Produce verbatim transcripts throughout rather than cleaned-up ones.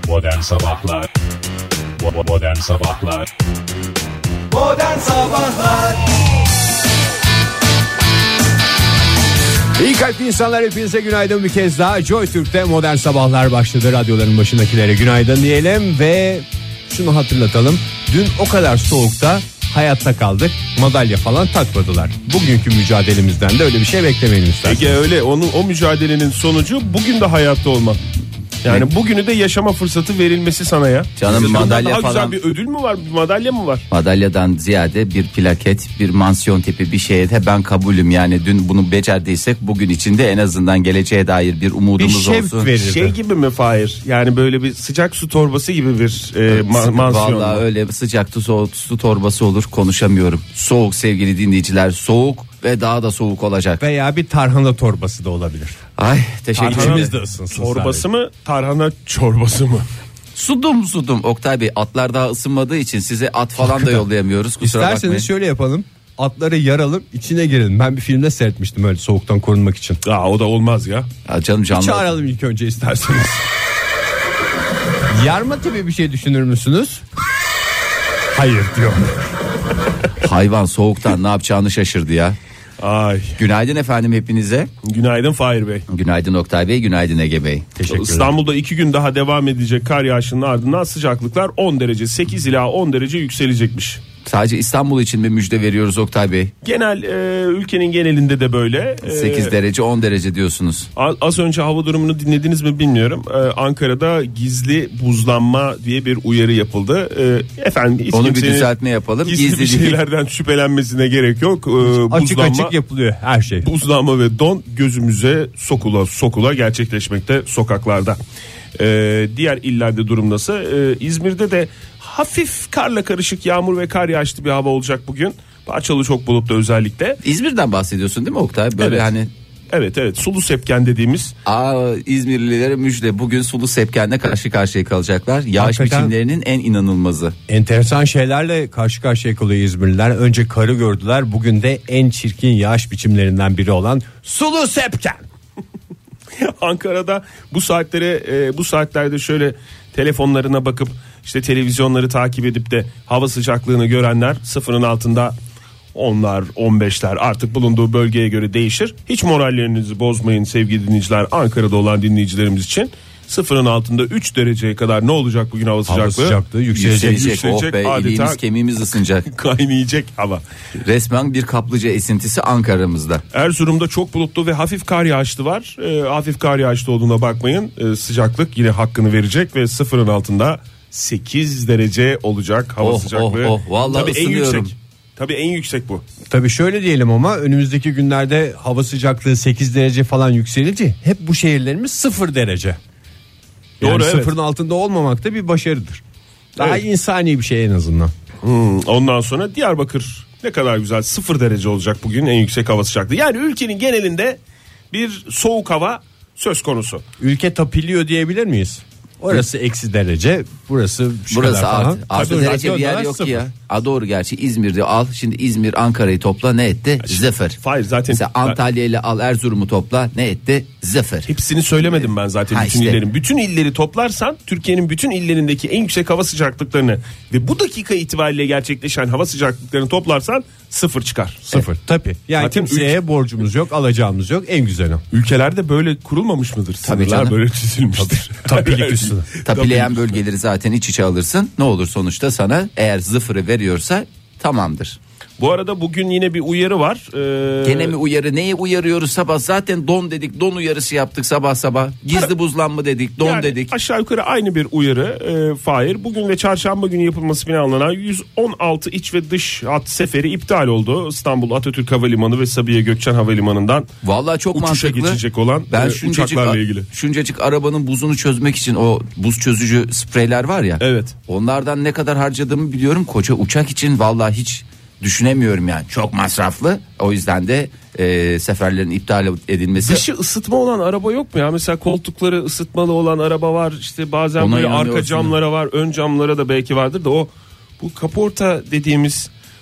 Modern Sabahlar. Modern Sabahlar. Modern Sabahlar. İyi kalpli insanlar, hepinize günaydın bir kez daha. Joy Türk'te Modern Sabahlar başladı. Radyoların başındakilere günaydın diyelim ve şunu hatırlatalım. Dün o kadar soğukta hayatta kaldık, madalya falan takmadılar. Bugünkü mücadelemizden de öyle bir şey beklemeyin isterseniz. Ege öyle, onun o mücadelenin sonucu bugün de hayatta olmak. Yani ne? Bugünü de yaşama fırsatı verilmesi sana ya. Canım Sizin madalya daha falan. güzel bir ödül mü var, bir madalya mı var? Madalyadan ziyade bir plaket, bir mansiyon tipi bir şeye de ben kabulüm. Yani dün bunu becerdiysek bugün içinde en azından geleceğe dair bir umudumuz bir olsun. verirdi. Şey gibi mi Fahir? Yani böyle bir sıcak su torbası gibi bir e, ma- mansiyon. Vallahi öyle sıcak su, soğuk su torbası olur, konuşamıyorum. Soğuk sevgili dinleyiciler, soğuk ve daha da soğuk olacak. Veya bir tarhana torbası da olabilir. Ay teşekkür ederim. İçimiz de ısınsın. Torbası sadece. mı, tarhana çorbası mı? Sudum sudum Oktay Bey, atlar daha ısınmadığı için size at falan da yollayamıyoruz, kusura bakmayın. İsterseniz şöyle yapalım. Atları yaralım, içine girelim. Ben bir filmde seyretmiştim öyle soğuktan korunmak için. Aa, o da olmaz ya. Ya canım canlı. Çağıralım ilk önce isterseniz. Yarma tipi bir şey düşünür müsünüz? Hayır diyor. Hayvan soğuktan ne yapacağını şaşırdı ya. Ay. Günaydın efendim hepinize. Günaydın Fahir Bey. Günaydın Oktay Bey, günaydın Ege Bey. Teşekkür ederim. İstanbul'da iki gün daha devam edecek kar yağışının ardından sıcaklıklar on derece, sekiz ila on derece yükselecekmiş. Sadece İstanbul için bir müjde veriyoruz Oktay Bey. Genel e, ülkenin genelinde de böyle. E, sekiz derece on derece diyorsunuz. Az önce hava durumunu dinlediniz mi bilmiyorum. Ee, Ankara'da gizli buzlanma diye bir uyarı yapıldı. Ee, efendim hiç Onu bir kimsenin düzeltme yapalım. Gizli, Gizli bir değil. şeylerden şüphelenmesine gerek yok. Ee, Açık buzlanma, açık yapılıyor her şey. buzlanma ve don gözümüze sokula sokula gerçekleşmekte sokaklarda. Ee, diğer illerde durum nasıl? Ee, İzmir'de de hafif karla karışık yağmur ve kar yağışlı bir hava olacak bugün. Parçalı çok bulutlu özellikle. İzmir'den bahsediyorsun değil mi Oktay? Böyle Evet. hani Evet evet, sulu sepken dediğimiz. aa, İzmirlilere müjde, bugün sulu sepkenle karşı karşıya kalacaklar. Yağış Hakikaten biçimlerinin en inanılmazı. enteresan şeylerle karşı karşıya kalıyor İzmirliler. Önce karı gördüler. Bugün de en çirkin yağış biçimlerinden biri olan sulu sepken. Ankara'da bu saatlere e, bu saatlerde şöyle telefonlarına bakıp işte televizyonları takip edip de hava sıcaklığını görenler sıfırın altında onlar on beşler artık bulunduğu bölgeye göre değişir. Hiç morallerinizi bozmayın sevgili dinleyiciler, Ankara'da olan dinleyicilerimiz için. Sıfırın altında üç dereceye kadar ne olacak bugün hava sıcaklığı? Hava sıcaklığı yükselecek. Yükselecek, yükselecek, oh be, adeta- iliğimiz kemiğimiz ısınacak. Kaynayacak hava. Resmen bir kaplıca esintisi Ankara'mızda. Erzurum'da çok bulutlu ve hafif kar yağışlı var. E, hafif kar yağışlı olduğuna bakmayın. E, sıcaklık yine hakkını verecek ve sıfırın altında sekiz derece olacak hava Oh, sıcaklığı. oh, oh, vallahi Tabii en ısınıyorum. yüksek. Tabii en yüksek bu. Tabii şöyle diyelim ama önümüzdeki günlerde hava sıcaklığı sekiz derece falan yükselince hep bu şehirlerimiz sıfır derece. Yani Doğru, evet. sıfırın altında olmamak da bir başarıdır. Daha Evet. insani bir şey en azından. Hmm, ondan sonra Diyarbakır ne kadar güzel, sıfır derece olacak bugün en yüksek hava sıcaklığı. Yani ülkenin genelinde bir soğuk hava söz konusu. Ülke tapiliyor diyebilir miyiz? Orası eksi derece, burası şu Burası kadar falan. artı, artı Tabii derece bir yer radyolar yok sıfır. ki ya. A doğru, gerçi İzmir'de al. Şimdi İzmir Ankara'yı topla, ne etti? Sıfır. Hayır zaten. Mesela Antalya ile al Erzurum'u topla, ne etti? Sıfır. Hepsini söylemedim ben zaten Ha, bütün işte. illerin. Bütün illeri toplarsan Türkiye'nin bütün illerindeki en yüksek hava sıcaklıklarını ve bu dakika itibariyle gerçekleşen hava sıcaklıklarını toplarsan sıfır çıkar. Sıfır tabii. Yani Zaten kimseye borcumuz yok, alacağımız yok, en güzeli. Ülkelerde böyle kurulmamış mıdır? Sınırlar canım. böyle çizilmiştir. Tapilik üstüne. Tapileyen bölgeleri zaten iç içe alırsın. Ne olur sonuçta sana, eğer sıfırı veriyorsa tamamdır. Bu arada bugün yine bir uyarı var. Ee, Gene mi uyarı? Neye uyarıyoruz sabah? Zaten don dedik, don uyarısı yaptık sabah sabah. Gizli buzlanma dedik, don yani dedik. aşağı yukarı aynı bir uyarı. E, Fahir, bugün ve çarşamba günü yapılması planlanan yüz on altı iç ve dış hat seferi iptal oldu. İstanbul Atatürk Havalimanı ve Sabiha Gökçen Havalimanı'ndan Vallahi çok uçuşa mantıklı. geçecek olan ben e, şuncacık, uçaklarla ilgili. şuncacık arabanın buzunu çözmek için o buz çözücü spreyler var ya. Evet. Onlardan ne kadar harcadığımı biliyorum. Koca uçak için vallahi hiç düşünemiyorum yani. Çok masraflı. O yüzden de e, seferlerin iptal edilmesi. Dışı ısıtma olan araba yok mu ya? Mesela koltukları ısıtmalı olan araba var. İşte bazen Ona böyle arka inanıyorsun. camlara var. Ön camlara da belki vardır da o bu kaporta dediğimiz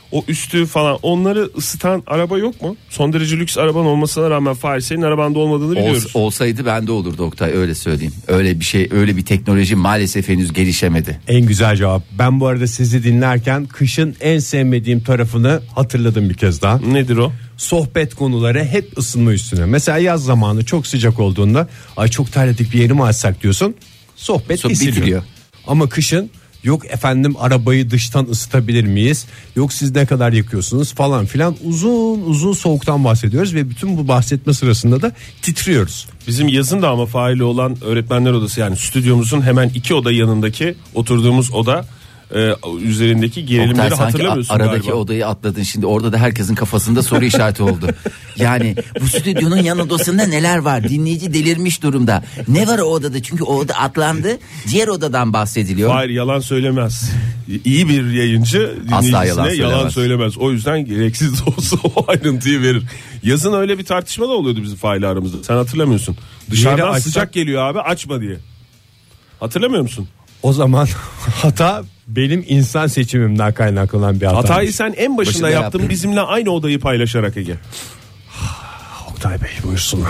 o üstü falan, onları ısıtan araba yok mu? Son derece lüks araban olmasına rağmen Fahir, senin arabanda olmadığını biliyoruz. Ols, olsaydı bende olurdu Oktay, öyle söyleyeyim. Öyle bir şey, öyle bir teknoloji maalesef henüz gelişemedi. En güzel cevap. Ben bu arada sizi dinlerken kışın en sevmediğim tarafını hatırladım bir kez daha. Nedir o? Sohbet konuları hep ısınma üstüne. Mesela yaz zamanı çok sıcak olduğunda ay çok terledik bir yeri mi açsak diyorsun. Sohbet Sohbet kesiliyor. bitiriyor. Ama kışın yok efendim arabayı dıştan ısıtabilir miyiz? Yok siz ne kadar yakıyorsunuz falan filan, uzun uzun soğuktan bahsediyoruz ve bütün bu bahsetme sırasında da titriyoruz. Bizim yazın da ama Fahir'le olan öğretmenler odası, yani stüdyomuzun hemen iki oda yanındaki oturduğumuz oda e, üzerindeki gerilimleri Oktay, sanki hatırlamıyorsun aradaki galiba. odayı atladın şimdi, orada da herkesin kafasında soru işareti oldu. Yani bu stüdyonun yan odasında neler var, dinleyici delirmiş durumda. Ne var o odada, çünkü o oda atlandı, diğer odadan bahsediliyor. Hayır, yalan söylemez. İyi bir yayıncı dinleyicisine yalan yalan söylemez. söylemez. O yüzden gereksiz de olsa o ayrıntıyı verir. Yazın öyle bir tartışma da oluyordu bizim Fahir'le aramızda. Sen hatırlamıyorsun. Dışarıdan açsak- sıcak geliyor abi, açma diye. Hatırlamıyor musun? O zaman hata benim insan seçimimden kaynaklanan bir hata. Hatayı sen en başında Başında yaptın, yaptın. bizimle aynı odayı paylaşarak Ege. Oktay Bey buyursunlar.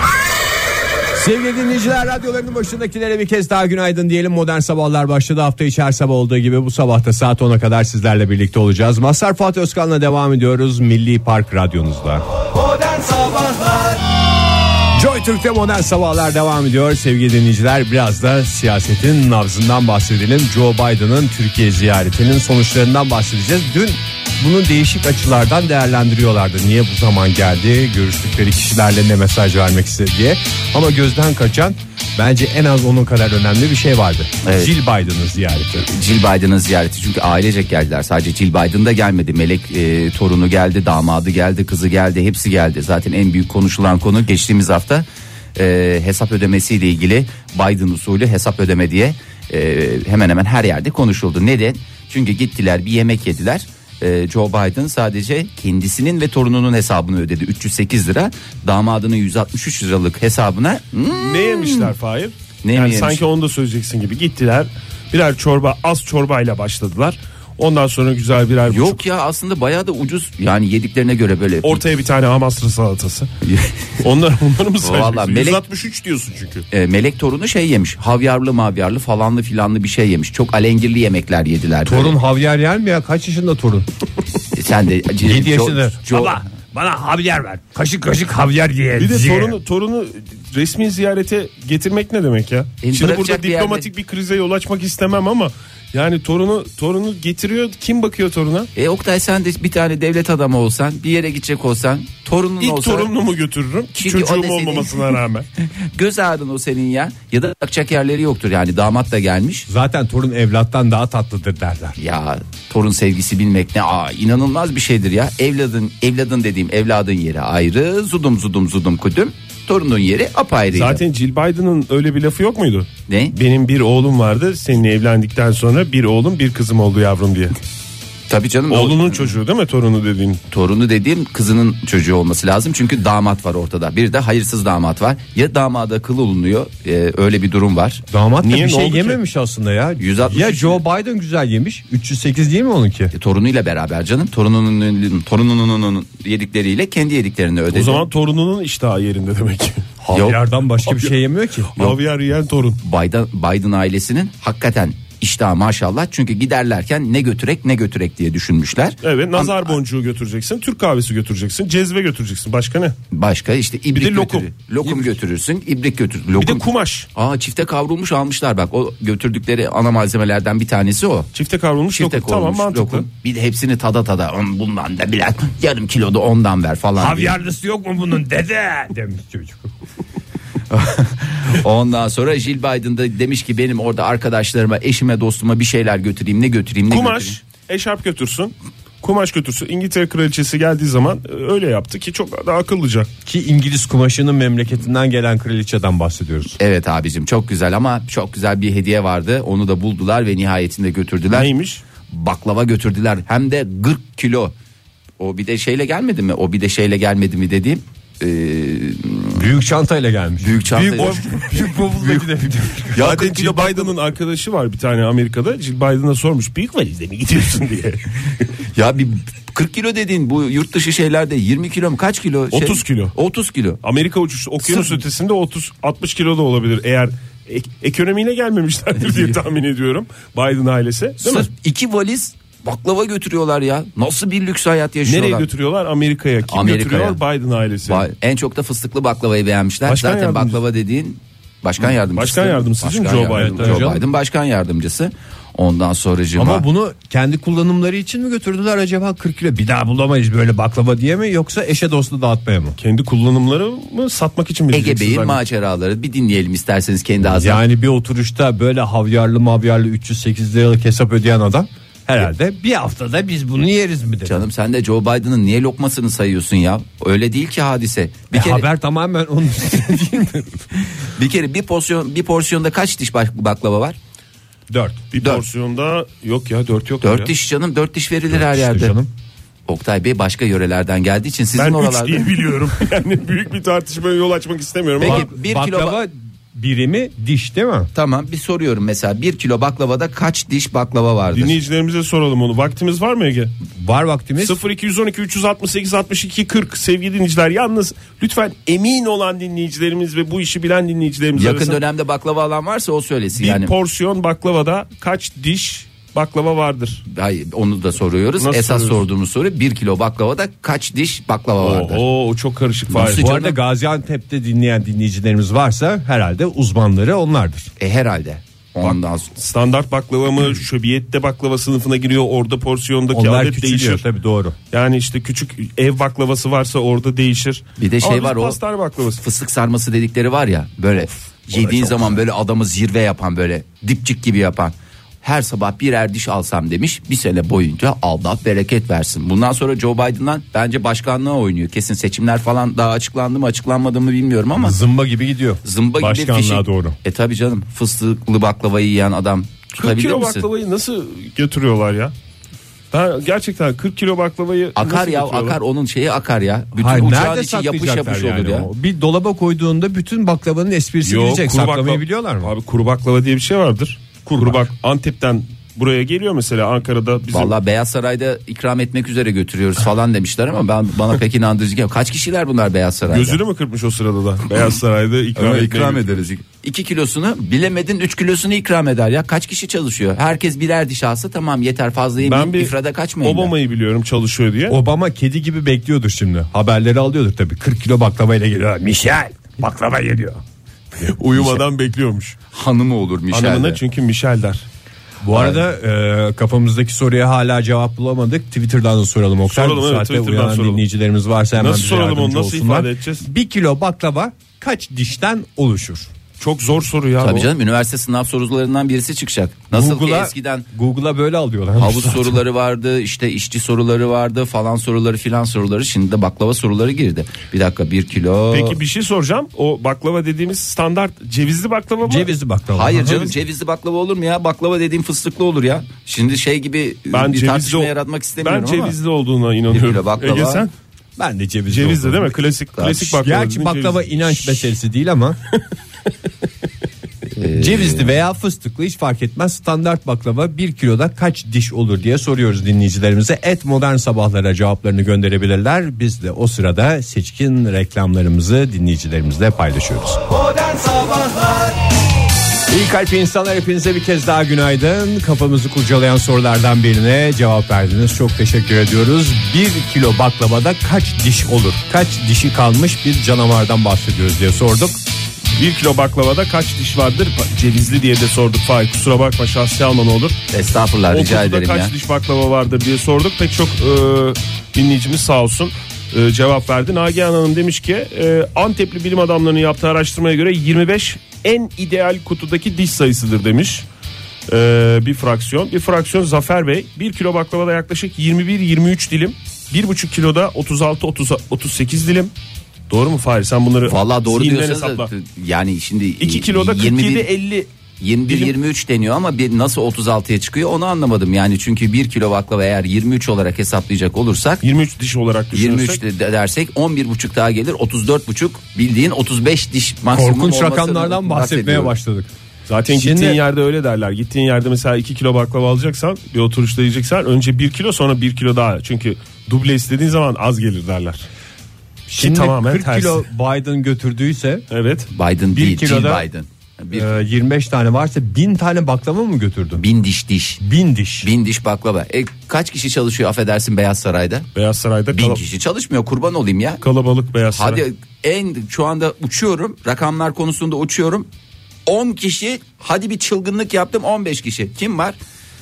Sevgili dinleyiciler, radyolarının başındakilere bir kez daha günaydın diyelim. Modern Sabahlar başladı. Hafta içi her sabah olduğu gibi bu sabahta saat ona kadar sizlerle birlikte olacağız. Mazhar Fuat Özkan'la devam ediyoruz Milli Park Radyonuzda. Modern Sabahlar. Joy Türk'te Modern Sabahlar devam ediyor. Sevgili dinleyiciler, biraz da siyasetin nabzından bahsedelim. Joe Biden'ın Türkiye ziyaretinin sonuçlarından bahsedeceğiz. Dün bunu değişik açılardan değerlendiriyorlardı. Niye bu zaman geldi, görüştükleri kişilerle ne mesaj vermek istedi diye. Ama gözden kaçan, bence en az onun kadar önemli bir şey vardı. Evet. Jill Biden'ın ziyareti. Jill Biden'ın ziyareti, çünkü ailecek geldiler. Sadece Jill Biden da gelmedi. Melek e, torunu geldi, damadı geldi, kızı geldi, hepsi geldi. Zaten en büyük konuşulan konu geçtiğimiz hafta e, hesap ödemesiyle ilgili, Biden usulü hesap ödeme diye e, hemen hemen her yerde konuşuldu. Neden? Çünkü gittiler bir yemek yediler. E, Joe Biden sadece kendisinin ve torununun hesabını ödedi, üç yüz sekiz lira. Damadının yüz altmış üç liralık hesabına hmm, Ne yemişler Fahir? Ne yani mi yemiş? sanki onu da söyleyeceksin gibi. Gittiler, birer çorba, az çorbayla başladılar. Ondan sonra güzel birer buçuk. Yok ya, aslında bayağı da ucuz yani, yediklerine göre böyle. Ortaya bir tane Amasra salatası. Onlar onları mı Vallahi sayacaksın? Melek- yüz altmış üç diyorsun çünkü. E, Melek torunu şey yemiş, havyarlı mavyarlı falanlı filanlı bir şey yemiş. Çok alengirli yemekler yediler. böyle. Torun havyar yer mi ya? Kaç yaşında torun? E, sen de yedi yaşında. Joe- Baba bana havyar ver. Kaşık kaşık havyar diye. Bir de torunu torunu resmi ziyarete getirmek ne demek ya? E, Şimdi bırakacak burada bir yerde- diplomatik bir krize yol açmak istemem ama yani torunu torunu getiriyor, kim bakıyor toruna? E Oktay, sen de bir tane devlet adamı olsan, bir yere gidecek olsan, torunun İlk olsa, torunumu götürürüm. Çünkü o da Çocuğum senin- olmamasına rağmen. göz ağrın o senin ya. Ya da bakacak yerleri yoktur yani, damat da gelmiş. Zaten torun evlattan daha tatlıdır derler. Ya torun sevgisi bilmek ne, aa, inanılmaz bir şeydir ya. Evladın evladın dediğim evladın yeri ayrı, zudum zudum zudum kudüm. Torunun yeri apayrıydı. Zaten Jill Biden'ın öyle bir lafı yok muydu? Ne? Benim bir oğlum vardı, seninle evlendikten sonra bir oğlum bir kızım oldu yavrum diye. Tabii canım. Oğlunun o- çocuğu değil mi torunu dediğin? Torunu dediğim kızının çocuğu olması lazım. Çünkü damat var ortada. Bir de hayırsız damat var. Ya damada kıl olunuyor. e, öyle bir durum var. Damat da Niye, bir ne şey oldu ki? yememiş aslında ya. yüz altmış Ya üç Joe Biden güzel yemiş. üç yüz sekiz değil mi onunki? E, torunuyla beraber canım. Torununun torununun yedikleriyle kendi yediklerini ödedi. O zaman torununun iştahı yerinde demek ki. Havyardan başka bir şey yemiyor ki. Havyar yiyen torun. Biden, Biden ailesinin hakikaten iştahı maşallah. Çünkü giderlerken ne götürek ne götürek diye düşünmüşler. Evet, nazar Am- boncuğu götüreceksin, Türk kahvesi götüreceksin, cezve götüreceksin. Başka ne? Başka işte ibrik de lokum. götürür. Lokum götürürsün, ibrik götür. Bir Lokum. de kumaş. Aa, çifte kavrulmuş almışlar bak. O götürdükleri ana malzemelerden bir tanesi o. Çifte kavrulmuş Çifte lokum. Tamam, kavrulmuş mantıklı. lokum. Bir de hepsini tada tada. "Hmm, bundan da biraz yarım kilo da ondan ver falan." diye. Havyarlısı yok mu bunun dede demiş çocuk. Ondan sonra Jill Biden da demiş ki benim orada arkadaşlarıma, eşime, dostuma bir şeyler götüreyim, ne götüreyim, ne Kumaş, götüreyim. eşarp götürsün. Kumaş götürsün. İngiltere kraliçesi geldiği zaman e, öyle yaptı ki çok da akıllıca. Ki İngiliz kumaşının memleketinden gelen kraliçeden bahsediyoruz. Evet abicim, çok güzel ama çok güzel bir hediye vardı. Onu da buldular ve nihayetinde götürdüler. Neymiş? Baklava götürdüler, hem de kırk kilo. O bir de şeyle gelmedi mi? O bir de şeyle gelmedi mi dediğim. e, Büyük çantayla gelmiş. büyük çantayla. Büyük, büyük bavuldaki de. Ya kırk Jill kilo Biden'ın arkadaşı var bir tane Amerika'da. Jill Biden'a sormuş büyük valizle mi gidiyorsun diye. Ya bir kırk kilo dediğin bu yurt dışı şeylerde yirmi kilo mu kaç kilo? Şey, otuz kilo. otuz kilo. Amerika uçuşu okyanus Sırf- ötesinde otuz altmış kilo da olabilir eğer ek- ekonomiyle gelmemişlerdir diye tahmin ediyorum Biden ailesi. Değil mi? Sırf iki valiz baklava götürüyorlar ya. Nasıl bir lüks hayat yaşıyorlar. Nereye götürüyorlar? Amerika'ya. Kim Amerika'ya. götürüyor? Biden ailesi. Va- En çok da fıstıklı baklavayı beğenmişler. Başkan Zaten yardımcısı. baklava dediğin başkan yardımcısı. Başkan yardımcısı değil mi? Başkan Joe Biden. yardımcısı. Evet, Joe evet. Biden başkan yardımcısı. Ondan sonracığıma. Ama bunu kendi kullanımları için mi götürdüler acaba kırk kilo? Bir daha bulamayız böyle baklava diye mi yoksa eşe dostu dağıtmaya mı? Kendi kullanımları mı satmak için mi? Ege diyeceksiniz Bey'in hani? maceraları bir dinleyelim isterseniz kendi ağzından. Yani bir oturuşta böyle havyarlı mavyarlı üç yüz sekiz liralık hesap ödeyen adam herhalde bir haftada biz bunu yeriz mi dedi. Canım sen de Joe Biden'ın niye lokmasını sayıyorsun ya? Öyle değil ki hadise. Bir E, kere haber tamamen onun üstüne değil mi? bir kere bir porsiyon bir porsiyonda kaç diş bak- baklava var? Dört. Bir Dört. porsiyonda yok ya dört yok. Dört ya. diş canım, dört diş verilir her işte yerde. canım. Oktay Bey başka yörelerden geldiği için sizin Ben oralarda. üç diye biliyorum. Yani büyük bir tartışmaya yol açmak istemiyorum Peki, ama bir kilo Baklava ba- birimi diş değil mi? Tamam bir soruyorum mesela bir kilo baklavada kaç diş baklava vardır? dinleyicilerimize soralım onu. Vaktimiz var mı Ege? Var vaktimiz. sıfır iki on iki üç altı sekiz altmış iki kırk sevgili dinleyiciler. Yalnız lütfen emin olan dinleyicilerimiz ve bu işi bilen dinleyicilerimiz Yakın arasında dönemde baklava alan varsa o söylesin bir yani. porsiyon baklavada kaç diş baklava vardır? Hayır, onu da soruyoruz. Nasıl Esas soruyoruz? sorduğumuz soru bir kilo baklavada kaç diş baklava vardır? Oo, o çok karışık. Nasıl Fahir. Bu canım? arada Gaziantep'te dinleyen dinleyicilerimiz varsa herhalde uzmanları onlardır. E herhalde. Ondan sonra. Standart baklava mı, şöbiyette baklava sınıfına giriyor. Orada porsiyondaki Onlar adet küçülüyor değişir. tabii doğru. Yani işte küçük ev baklavası varsa orada değişir. Bir de şey Ama biz var o pastane baklavası. fıstık sarması dedikleri var ya böyle yediğin zaman böyle adamı zirve yapan böyle dipçik gibi yapan. Her sabah birer diş alsam demiş bir sene boyunca Allah bereket versin. Bundan sonra Joe Biden'dan bence başkanlığa oynuyor. Kesin seçimler falan daha açıklandı mı açıklanmadı mı bilmiyorum ama Zımba gibi gidiyor. zımba gibi Başkanlığa fişek. doğru. E tabi canım fıstıklı baklavayı yiyen adam kırk tutabilir kilo misin? baklavayı nasıl götürüyorlar ya? Ben gerçekten kırk kilo baklavayı Akar nasıl ya götürüyorlar? akar onun şeyi akar ya. Bütün Hayır, uçağın nerede içi yapış saklayacaklar yapış yani olur ya. o? Bir dolaba koyduğunda bütün baklavanın esprisi Yok, gidecek. kuru Saklamayı baklava- biliyorlar mı? Abi kuru baklava diye bir şey vardır. Kuru, bak Antep'ten buraya geliyor mesela Ankara'da bizim. Vallahi Beyaz Saray'da ikram etmek üzere götürüyoruz falan demişler ama ben bana pek inandırıcı gelmiyor. Kaç kişiler bunlar Beyaz Saray'da? Gözünü mü kırpmış o sırada da? Beyaz Saray'da ikram, Ama etmeye ikram götürüyor. ederiz. İki kilosunu bilemedin üç kilosunu ikram eder ya. Kaç kişi çalışıyor? Herkes birer diş alsa tamam yeter fazla yemeyin. Ben bir İfrada kaçmayın. da. Obama'yı biliyorum çalışıyor diye. Obama kedi gibi bekliyordur şimdi. Haberleri alıyordur tabii. kırk kilo baklavayla geliyor. Michel baklava geliyor. Uyumadan bekliyormuş. Hanımı olur Michel'de. Hanımına çünkü Michel der. Bu arada e, kafamızdaki soruya hala cevap bulamadık. Twitter'dan da soralım Oktay. Soralım, Bu evet, saatte Twitter'dan uyanan soralım. dinleyicilerimiz varsa hemen Nasıl bize soralım onu, yardımcı nasıl olsunlar. ifade edeceğiz? Bir kilo baklava kaç dişten oluşur? Çok zor soru ya. Tabii o. canım üniversite sınav sorularından birisi çıkacak. Nasıl ki Google'a, eskiden Google'a böyle alıyorlar. havuz soruları vardı, işte işçi soruları vardı, falan soruları filan soruları. Şimdi de baklava soruları girdi. Bir dakika bir kilo. Peki bir şey soracağım. O baklava dediğimiz standart cevizli baklava mı? Cevizli baklava. Hayır Hı hı. canım cevizli baklava olur mu ya? Baklava dediğim fıstıklı olur ya. Şimdi şey gibi Ben bir cevizli tartışma o- yaratmak istemiyorum Ben ama. cevizli olduğuna Bir inanıyorum. kilo baklava. Ege sen? Ben de cevizli. Cevizli oldum. değil mi? Klasik klasik baklava. Gerçi dediğin baklava cevizli. inanç meselesi değil ama. Cevizli veya fıstıklı hiç fark etmez. Standart baklava bir kiloda kaç diş olur diye soruyoruz dinleyicilerimize. Et modern sabahlara cevaplarını gönderebilirler. Biz de o sırada seçkin reklamlarımızı dinleyicilerimizle paylaşıyoruz. Modern Sabahlar İyi kalp insanlar, hepinize bir kez daha günaydın. Kafamızı kurcalayan sorulardan birine cevap verdiniz. Çok teşekkür ediyoruz. Bir kilo baklavada kaç diş olur? Kaç dişi kalmış bir canavardan bahsediyoruz diye sorduk. Bir kilo baklavada kaç diş vardır? Cevizli diye de sorduk. Fahir kusura bakma, şahsi alman olur. Estağfurullah O rica kutuda ederim kaç ya. diş baklava vardır diye sorduk. Pek çok e, dinleyicimiz sağ olsun e, cevap verdi. Nagihan Hanım demiş ki e, Antepli bilim adamlarının yaptığı araştırmaya göre yirmi beş en ideal kutudaki diş sayısıdır demiş. E, bir fraksiyon. Bir fraksiyon Zafer Bey. bir kilo baklavada yaklaşık yirmi bir yirmi üç dilim. bir buçuk kiloda otuz altı otuz sekiz dilim. Doğru mu Fahir? Sen bunları Vallahi doğru zihinden diyorsanız da, hesapla. yani şimdi iki kiloda kırk yirmi bir yedi elli yirmi bir yirmi üç deniyor ama bir nasıl otuz altıya çıkıyor onu anlamadım. Yani çünkü bir kilo baklava eğer yirmi üç olarak hesaplayacak olursak yirmi üç diş olarak düşünürsek yirmi üç de dersek on bir buçuk daha gelir, otuz dört buçuk bildiğin otuz beş diş maksimum. Korkunç rakamlardan bahsetmeye başladık. Zaten Şimdi, gittiğin yerde öyle derler. Gittiğin yerde mesela iki kilo baklava alacaksan, bir oturuşta yiyeceksen önce bir kilo sonra bir kilo daha. Çünkü duble istediğin zaman az gelir derler. Şimdi tamamen kırk tersi. kilo Biden götürdüyse Evet. Biden bir değil, Jill kiloda Biden. Bir, e, yirmi beş tane varsa bin tane baklava mı götürdün? bin diş diş. Bin diş. Bin diş baklava. E, kaç kişi çalışıyor affedersin Beyaz Saray'da? Beyaz Saray'da Bin kala- kişi çalışmıyor, kurban olayım ya. kalabalık Beyaz Saray. Hadi en şu anda uçuyorum, rakamlar konusunda uçuyorum. on kişi, hadi bir çılgınlık yaptım, on beş kişi. Kim var?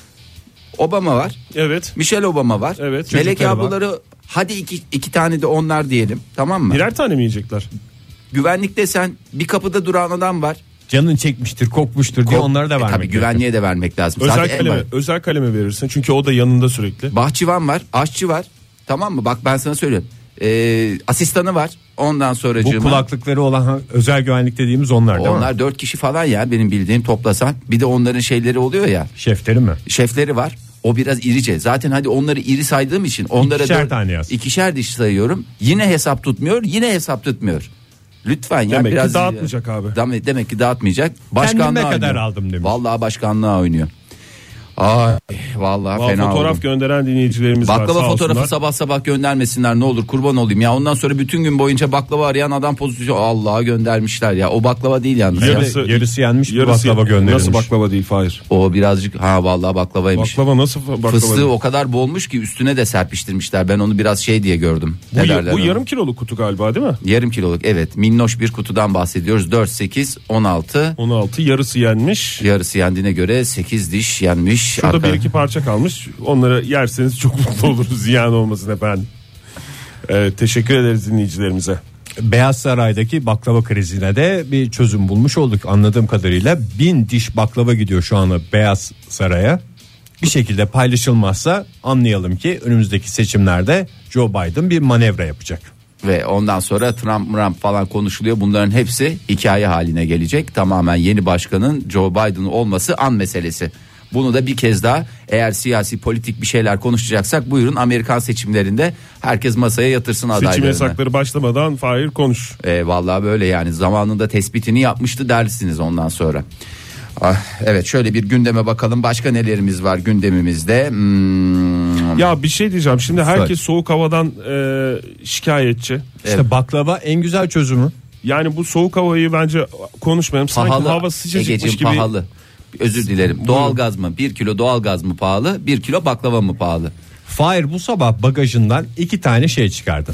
Obama var. Evet. Michelle Obama var. Evet, Melek çocukları ablaları, hadi iki, iki tane de onlar diyelim, tamam mı? Birer tane mi yiyecekler? Güvenlikte sen bir kapıda duran adam var. Canın çekmiştir, kokmuştur diye Kok- onlara da E, vermek tabii güvenliğe de vermek lazım. Özel Zaten en kaleme, var. özel kaleme verirsin çünkü o da yanında sürekli. Bahçıvan var, aşçı var. Tamam mı? Bak ben sana söylüyorum. Ee, asistanı var. Ondan sonra Bu kulaklıkları olan özel güvenlik dediğimiz onlar değil onlar mi? dört kişi falan ya, benim bildiğim toplasan. Bir de onların şeyleri oluyor ya. Şefleri mi? Şefleri var. O biraz irice. Zaten hadi onları iri saydığım için onlara İkişer dört- tane yaz. ikişer diş sayıyorum. Yine hesap tutmuyor. Yine hesap tutmuyor. Lütfen ya, Demek ki biraz dağıtmayacak abi. Demek, demek ki dağıtmayacak. Başkanlığa Kendime kadar oynuyor. aldım demiş. Vallahi başkanlığa oynuyor. Ay vallahi Vallahi fena fotoğraf oldu. gönderen dinleyicilerimiz var. Baklava sağ fotoğrafı olsunlar. sabah sabah göndermesinler ne olur, kurban olayım ya. Ondan sonra bütün gün boyunca baklava arayan adam pozisyonu Allah'a göndermişler ya. O baklava değil yalnız. ya. Yarısı- Yarısı yenmiş bir Yarısı- baklava gönderilmiş. Nasıl baklava değil Fahir? O birazcık ha vallahi baklavaymış. Baklava nasıl fa- baklava Fıstığı değil? o kadar bolmuş ki üstüne de serpiştirmişler. Ben onu biraz şey diye gördüm. Bu, Ne ya- derler bu ona? yarım kiloluk kutu galiba değil mi? Yarım kiloluk, evet, minnoş bir kutudan bahsediyoruz. dört, sekiz, on altı. on altı, yarısı yenmiş. Yarısı yendiğine göre sekiz diş yenmiş. Şurada Arka- bir iki parça kalmış. Onları yerseniz çok mutlu oluruz. Ziyan olmasın efendim. Evet, teşekkür ederiz dinleyicilerimize. Beyaz Saray'daki baklava krizine de bir çözüm bulmuş olduk anladığım kadarıyla. Bin diş baklava gidiyor şu anda Beyaz Saray'a. Bir şekilde paylaşılmazsa anlayalım ki önümüzdeki seçimlerde Joe Biden bir manevra yapacak. Ve ondan sonra Trump Trump falan konuşuluyor. Bunların hepsi hikaye haline gelecek. Tamamen yeni başkanın Joe Biden olması an meselesi. Bunu da bir kez daha, eğer siyasi politik bir şeyler konuşacaksak buyurun Amerikan seçimlerinde herkes masaya yatırsın adaylarını. Seçim yasakları başlamadan Fahir konuş. E, vallahi böyle yani, zamanında tespitini yapmıştı dersiniz ondan sonra. Ah, evet, şöyle bir gündeme bakalım. Başka nelerimiz var gündemimizde? Hmm, Ya bir şey diyeceğim. Şimdi herkes soğuk havadan e, şikayetçi. İşte Evet. baklava en güzel çözümü. Yani bu soğuk havayı bence konuşmayalım. Sanki pahalı. hava sıcacıkmış Egeciğim, gibi. pahalı. Özür dilerim. Doğalgaz mı? Bir kilo doğalgaz mı pahalı? Bir kilo baklava mı pahalı? Fahir bu sabah bagajından iki tane şey çıkardı.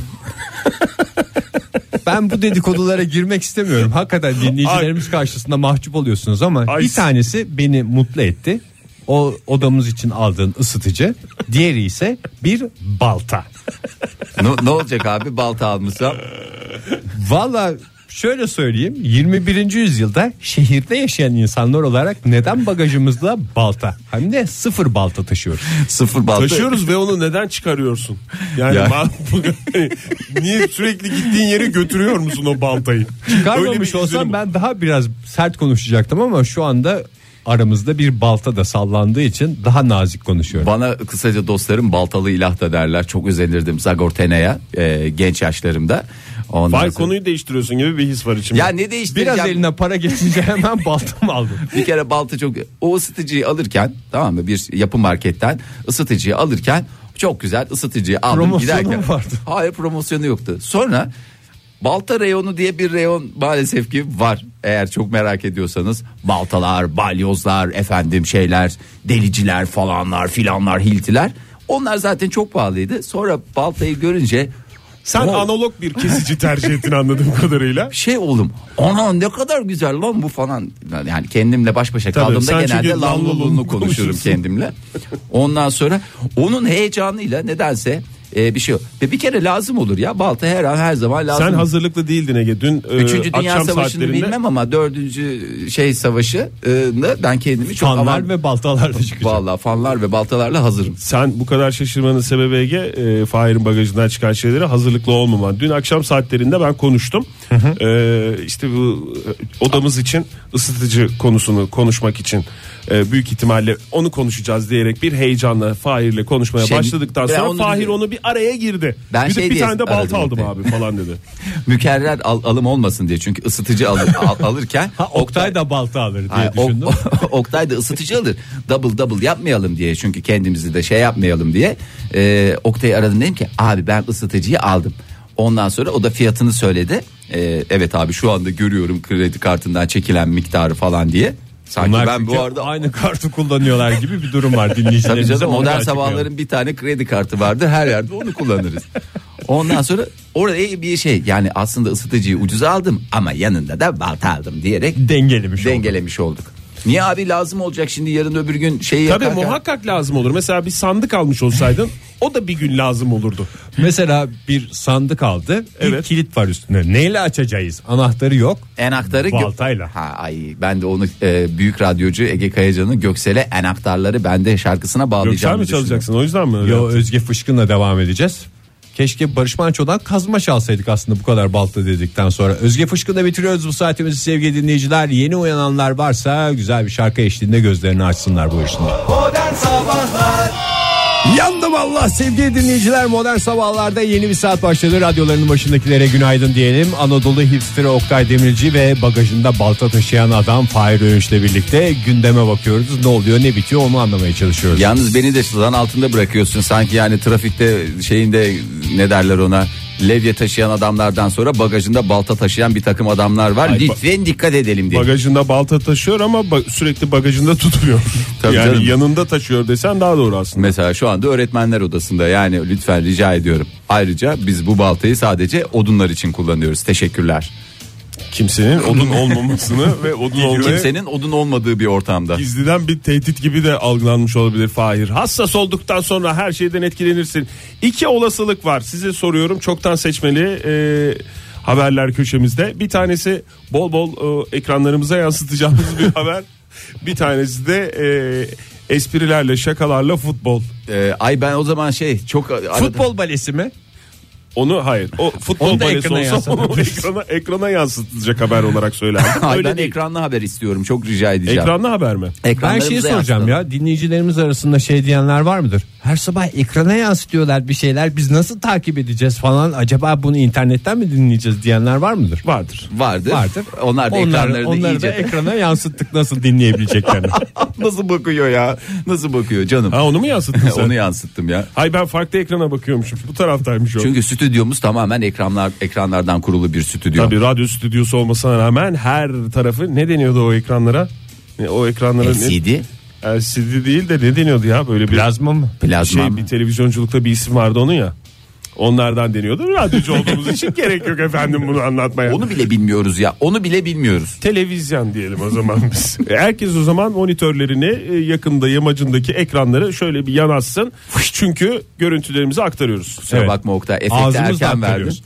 Ben bu dedikodulara girmek istemiyorum. Hakikaten dinleyicilerimiz karşısında mahcup oluyorsunuz ama Ay. bir tanesi beni mutlu etti. O odamız için aldığın ısıtıcı. Diğeri ise bir balta. ne, ne olacak abi balta almışsam? Valla şöyle söyleyeyim, yirmi birinci yüzyılda şehirde yaşayan insanlar olarak neden bagajımızda balta, hem de sıfır balta taşıyoruz? Sıfır balta. Taşıyoruz ve onu neden çıkarıyorsun? Yani Ya. ma- niye sürekli gittiğin yere götürüyor musun o baltayı? Öyle Çıkarmamış bir izlenim olsam o. ben daha biraz sert konuşacaktım ama şu anda aramızda bir balta da sallandığı için daha nazik konuşuyorum. Bana kısaca dostlarım baltalı ilah da derler. Çok özenirdim Zagortene'ye e, genç yaşlarımda. Ondan Fahir sonra- konuyu değiştiriyorsun gibi bir his var içimde. Ya ne değiştireceğim? Biraz eline para geçince hemen balta mı aldın? Bir kere balta çok, o ısıtıcıyı alırken, tamam mı, bir yapı marketten ısıtıcıyı alırken çok güzel ısıtıcıyı aldım Promosyonu giderken. mu vardı? Hayır, promosyonu yoktu. Sonra balta reyonu diye bir reyon maalesef ki var. Eğer çok merak ediyorsanız, baltalar, balyozlar, efendim şeyler, deliciler falanlar filanlar, hiltiler. Onlar zaten çok pahalıydı. Sonra baltayı görünce Sen o- analog bir kesici tercih ettin anladığım kadarıyla. şey oldum. Ana ne kadar güzel lan bu falan. Yani kendimle baş başa Tabii, kaldığımda sen genelde çünkü lavluluğunu lavluluğunu konuşurum konuşursun. kendimle. Ondan sonra onun heyecanıyla nedense e, bir şey yok. Ve bir kere lazım olur ya, balta her an her zaman lazım. Sen hazırlıklı değildin Ege. Dün e, Üçüncü Dünya akşam Savaşı'nı saatlerinde bilmem ama dördüncü şey savaşı e, ben kendimi çok Fanlar avan... ve baltalarla çıkacak. Vallahi fanlar ve baltalarla hazırım. sen bu kadar şaşırmanın sebebi Ege, e, Fahir'in bagajından çıkan şeylere hazırlıklı olmaman. Dün akşam saatlerinde ben konuştum. Hı hı. E, işte bu odamız için ısıtıcı konusunu konuşmak için e, büyük ihtimalle onu konuşacağız diyerek bir heyecanla Fahir'le konuşmaya Şey, başladıktan ben sonra onu Fahir bize- onu bir araya girdi. Ben bir de şey bir diye tane de balta aradım aldım Oktay. abi falan dedi. Mükerrer al, alım olmasın diye, çünkü ısıtıcı alır, al, alırken Ha, Oktay da balta alır diye Hayır, o- düşündüm. o- Oktay da ısıtıcı alır. Double double yapmayalım diye, çünkü kendimizi de şey yapmayalım diye. Ee, Oktay'ı aradım, dedim ki abi ben ısıtıcıyı aldım. Ondan sonra o da fiyatını söyledi. Ee, evet abi şu anda görüyorum kredi kartından çekilen miktarı falan diye. Sanki Bunlar ben bu çünkü arada aynı kartı kullanıyorlar gibi bir durum var tabii dinleyicilerimize. canım, onu da modern açıklayalım. sabahların bir tane kredi kartı vardır, her yerde onu kullanırız. Ondan sonra oraya bir şey, yani aslında ısıtıcıyı ucuza aldım ama yanında da balta aldım diyerek Dengelemiş olduk. dengelemiş olduk. Niye abi, lazım olacak şimdi yarın öbür gün şeyi Tabii yaparken. muhakkak lazım olur. Mesela bir sandık almış olsaydın o da bir gün lazım olurdu. Mesela bir sandık aldı. Bir Evet. kilit var üstünde. Neyle açacağız? Anahtarı yok. Enaktarı gö- Baltayla. Ha ay, ben de onu e, büyük radyocu Ege Kayacan'ın Göksel'e enaktarları ben de şarkısına Göksel bağlayacağım. mi çalacaksın, o yüzden mi öyle? Yo, Özge Fışkın'la devam edeceğiz. Keşke Barış Manço'dan kazma çalsaydık aslında bu kadar balta dedikten sonra. Özge Fışkın'la bitiriyoruz bu saatimizi sevgili dinleyiciler. Yeni uyananlar varsa güzel bir şarkı eşliğinde gözlerini açsınlar buyursunlar. Modern Sabahlar Yandım Allah sevgili dinleyiciler, modern sabahlarda yeni bir saat başladı. Radyolarının başındakilere günaydın diyelim. Anadolu hipsteri Oktay Demirci ve bagajında balta taşıyan adam Fahir Öğünç'le birlikte gündeme bakıyoruz. Ne oluyor ne bitiyor onu anlamaya çalışıyoruz. Yalnız beni de zan altında bırakıyorsun sanki, yani trafikte şeyinde ne derler ona, levye taşıyan adamlardan sonra bagajında balta taşıyan bir takım adamlar var. Ay, Lütfen dikkat edelim diye. Bagajında balta taşıyor ama ba- sürekli bagajında tutmuyor. Tabii yani canım. yanında taşıyor desen daha doğru aslında. Mesela şu anda öğretmenler odasında, yani lütfen rica ediyorum. Ayrıca biz bu baltayı sadece odunlar için kullanıyoruz. Teşekkürler. Kimsenin odun olmamasını ve odun olmayı Kimsenin odun olmadığı bir ortamda. gizliden bir tehdit gibi de algılanmış olabilir Fahir. Hassas olduktan sonra her şeyden etkilenirsin. İki olasılık var, size soruyorum, çoktan seçmeli e, haberler köşemizde. Bir tanesi bol bol e, ekranlarımıza yansıtacağımız bir haber. Bir tanesi de e, esprilerle, şakalarla futbol. Ee, ay ben o zaman şey çok arada- Futbol balesi mi? Onu hayır. O futbol Onu da balesi ekrana olsa onu yansıtabiliriz. ekrana, ekrana yansıtılacak haber olarak söylerdim. Ay Öyle ben değil. ekranlı haber istiyorum, çok rica edeceğim. Ekranlı haber mi? Ben Ekranlarımıza şeyi soracağım yansıtalım. ya, dinleyicilerimiz arasında şey diyenler var mıdır? Her sabah ekrana yansıtıyorlar bir şeyler, biz nasıl takip edeceğiz falan, acaba bunu internetten mi dinleyeceğiz diyenler var mıdır? Vardır. Vardır. Vardır. Onlar da Onları, ekranlarını onları iyice. da ekrana yansıttık nasıl dinleyebileceklerini. Nasıl bakıyor ya? Nasıl bakıyor canım? Ha, onu mu yansıttın sen? Onu yansıttım ya. Hay ben farklı ekrana bakıyormuşum. Bu taraftaymış o. Çünkü stüdyomuz tamamen ekranlar ekranlardan kurulu bir stüdyo. Tabii radyo stüdyosu olmasına rağmen her tarafı, ne deniyordu o ekranlara? E, O ekranlara L C D, ne? L C D değil de ne deniyordu ya, böyle bir Plazma mı? plazma. şey, bir televizyonculukta bir isim vardı onun ya. Onlardan deniyordu. Radyocu olduğumuz için gerek yok efendim bunu anlatmaya. Onu bile bilmiyoruz ya. Onu bile bilmiyoruz. Televizyon diyelim o zaman biz. Herkes o zaman monitörlerini, e, yakında yamacındaki ekranları şöyle bir yanaşsın. Çünkü görüntülerimizi aktarıyoruz. Kusura Evet. bakma Oktay. Efekti Ağzımızla erken verdin. aktarıyoruz.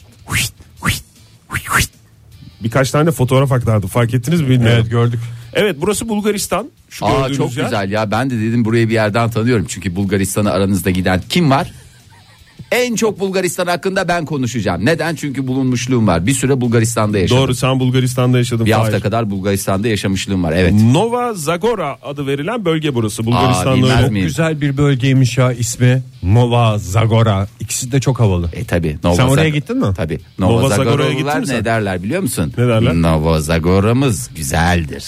Birkaç tane de fotoğraf aktardı. Fark ettiniz mi bilmiyorum. Evet, gördük. Evet, burası Bulgaristan. Şu Aa gördüğünüz çok yer. güzel ya. Ben de dedim burayı bir yerden tanıyorum. Çünkü Bulgaristan'a aranızda giden kim var? En çok Bulgaristan hakkında ben konuşacağım. Neden? Çünkü bulunmuşluğum var. Bir süre Bulgaristan'da yaşadım. Doğru, sen Bulgaristan'da yaşadın. Bir hafta Fahir. kadar Bulgaristan'da yaşamışlığım var. Evet. Nova Zagora adı verilen bölge burası. Bulgaristan'da bilmez öyle. miyim? Güzel bir bölgeymiş ya, ismi Nova Zagora. İkisi de çok havalı. E tabi. Nova Sen oraya Zag- gittin mi? Tabi. Nova Nova, Zagora'ya Zagora'ya gittin mi sen? ne derler biliyor musun? Ne derler? Nova Zagora'mız güzeldir.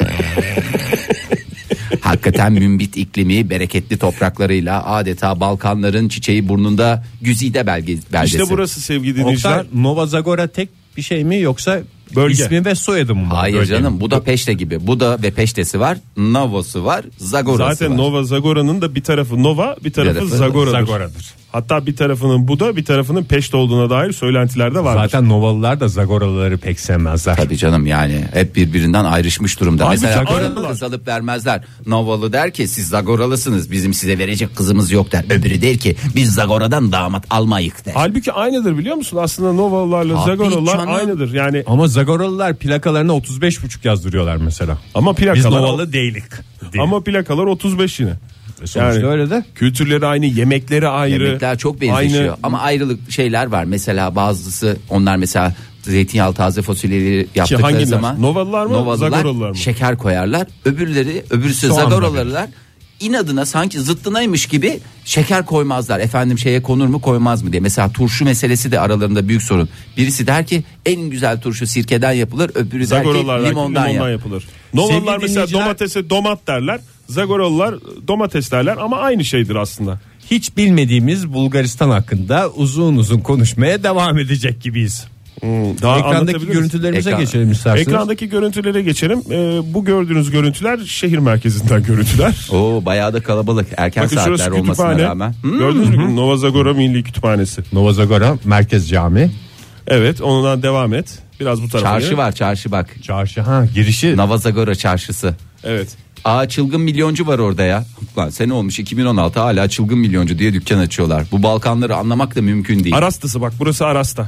Hakikaten mümbit iklimi, bereketli topraklarıyla adeta Balkanların çiçeği burnunda güzide belge, beldesi. İşte burası sevgili dinleyiciler. Oktay, Nova Zagora tek bir şey mi yoksa Bölge. ismi ve soyadı mı var? Hayır bölgenin? canım, bu da Peşte gibi. Bu da ve Peşte'si var. Novos'u var. Zagora'sı Zaten var. Nova Zagora'nın da bir tarafı Nova, bir tarafı, tarafı Zagora'dır. Zagora'dır. Hatta bir tarafının Buda, bir tarafının Peşte olduğuna dair söylentiler de var. Zaten Novalılar da Zagoralıları pek sevmezler. Tabii canım, yani hep birbirinden ayrışmış durumda. Halbuki Mesela Zagoralılar kız alıp vermezler. Novalı der ki siz Zagoralısınız, bizim size verecek kızımız yok der. Öbürü der ki biz Zagora'dan damat almayık der. Halbuki aynıdır, biliyor musun? Aslında Novalılarla Abi Zagoralılar canım. aynıdır. Yani Ama Zagoralılar plakalarına otuz beş buçuk yazdırıyorlar mesela. ama Biz plakalar Novalı değilik diye. ama plakalar otuz beş yine. Sonuçta öyle de. Kültürleri aynı, yemekleri ayrı. Yemekler çok benzeşiyor Aynı. ama ayrılık şeyler var. Mesela bazısı, onlar mesela zeytinyağlı taze fasulyeleri yaptıkları hangiler? zaman Novalılar mı, Zagoralılar mı? şeker koyarlar. Öbürleri, öbürsü Soğan Zagoralılar inadına sanki zıttınaymış gibi şeker koymazlar. Efendim şeye konur mu koymaz mı diye. Mesela turşu meselesi de aralarında büyük sorun. Birisi der ki en güzel turşu sirkeden yapılır. Öbürü der ki Zagoralılar limondan, limondan yap. yapılır. Novalılar Sevgili mesela dinleyiciler- domatese domat derler. Zagoralılar domates derler ama aynı şeydir aslında. Hiç bilmediğimiz Bulgaristan hakkında uzun uzun konuşmaya devam edecek gibiyiz. Daha Ekrandaki anlatabilir misin? görüntülerimize Ekran- geçelim isterseniz. Ekrandaki görüntülere geçelim. Ee, bu gördüğünüz görüntüler şehir merkezinden görüntüler. Oo, bayağı da kalabalık. Erken Bakın şurası saatler olmasına kütüphane. rağmen. Hı? Gördünüz mü? Nova Zagora Milli Kütüphanesi. Nova Zagora Merkez Cami. Evet, ondan devam et. Biraz bu tarafa. Çarşı gel. var, çarşı bak. Çarşı ha girişi. Navazagora çarşısı. Evet. Aa, çılgın milyoncu var orada ya. Lan sene olmuş iki bin on altı, hala çılgın milyoncu diye dükkan açıyorlar. Bu Balkanları anlamak da mümkün değil. Arastası bak, burası Arasta.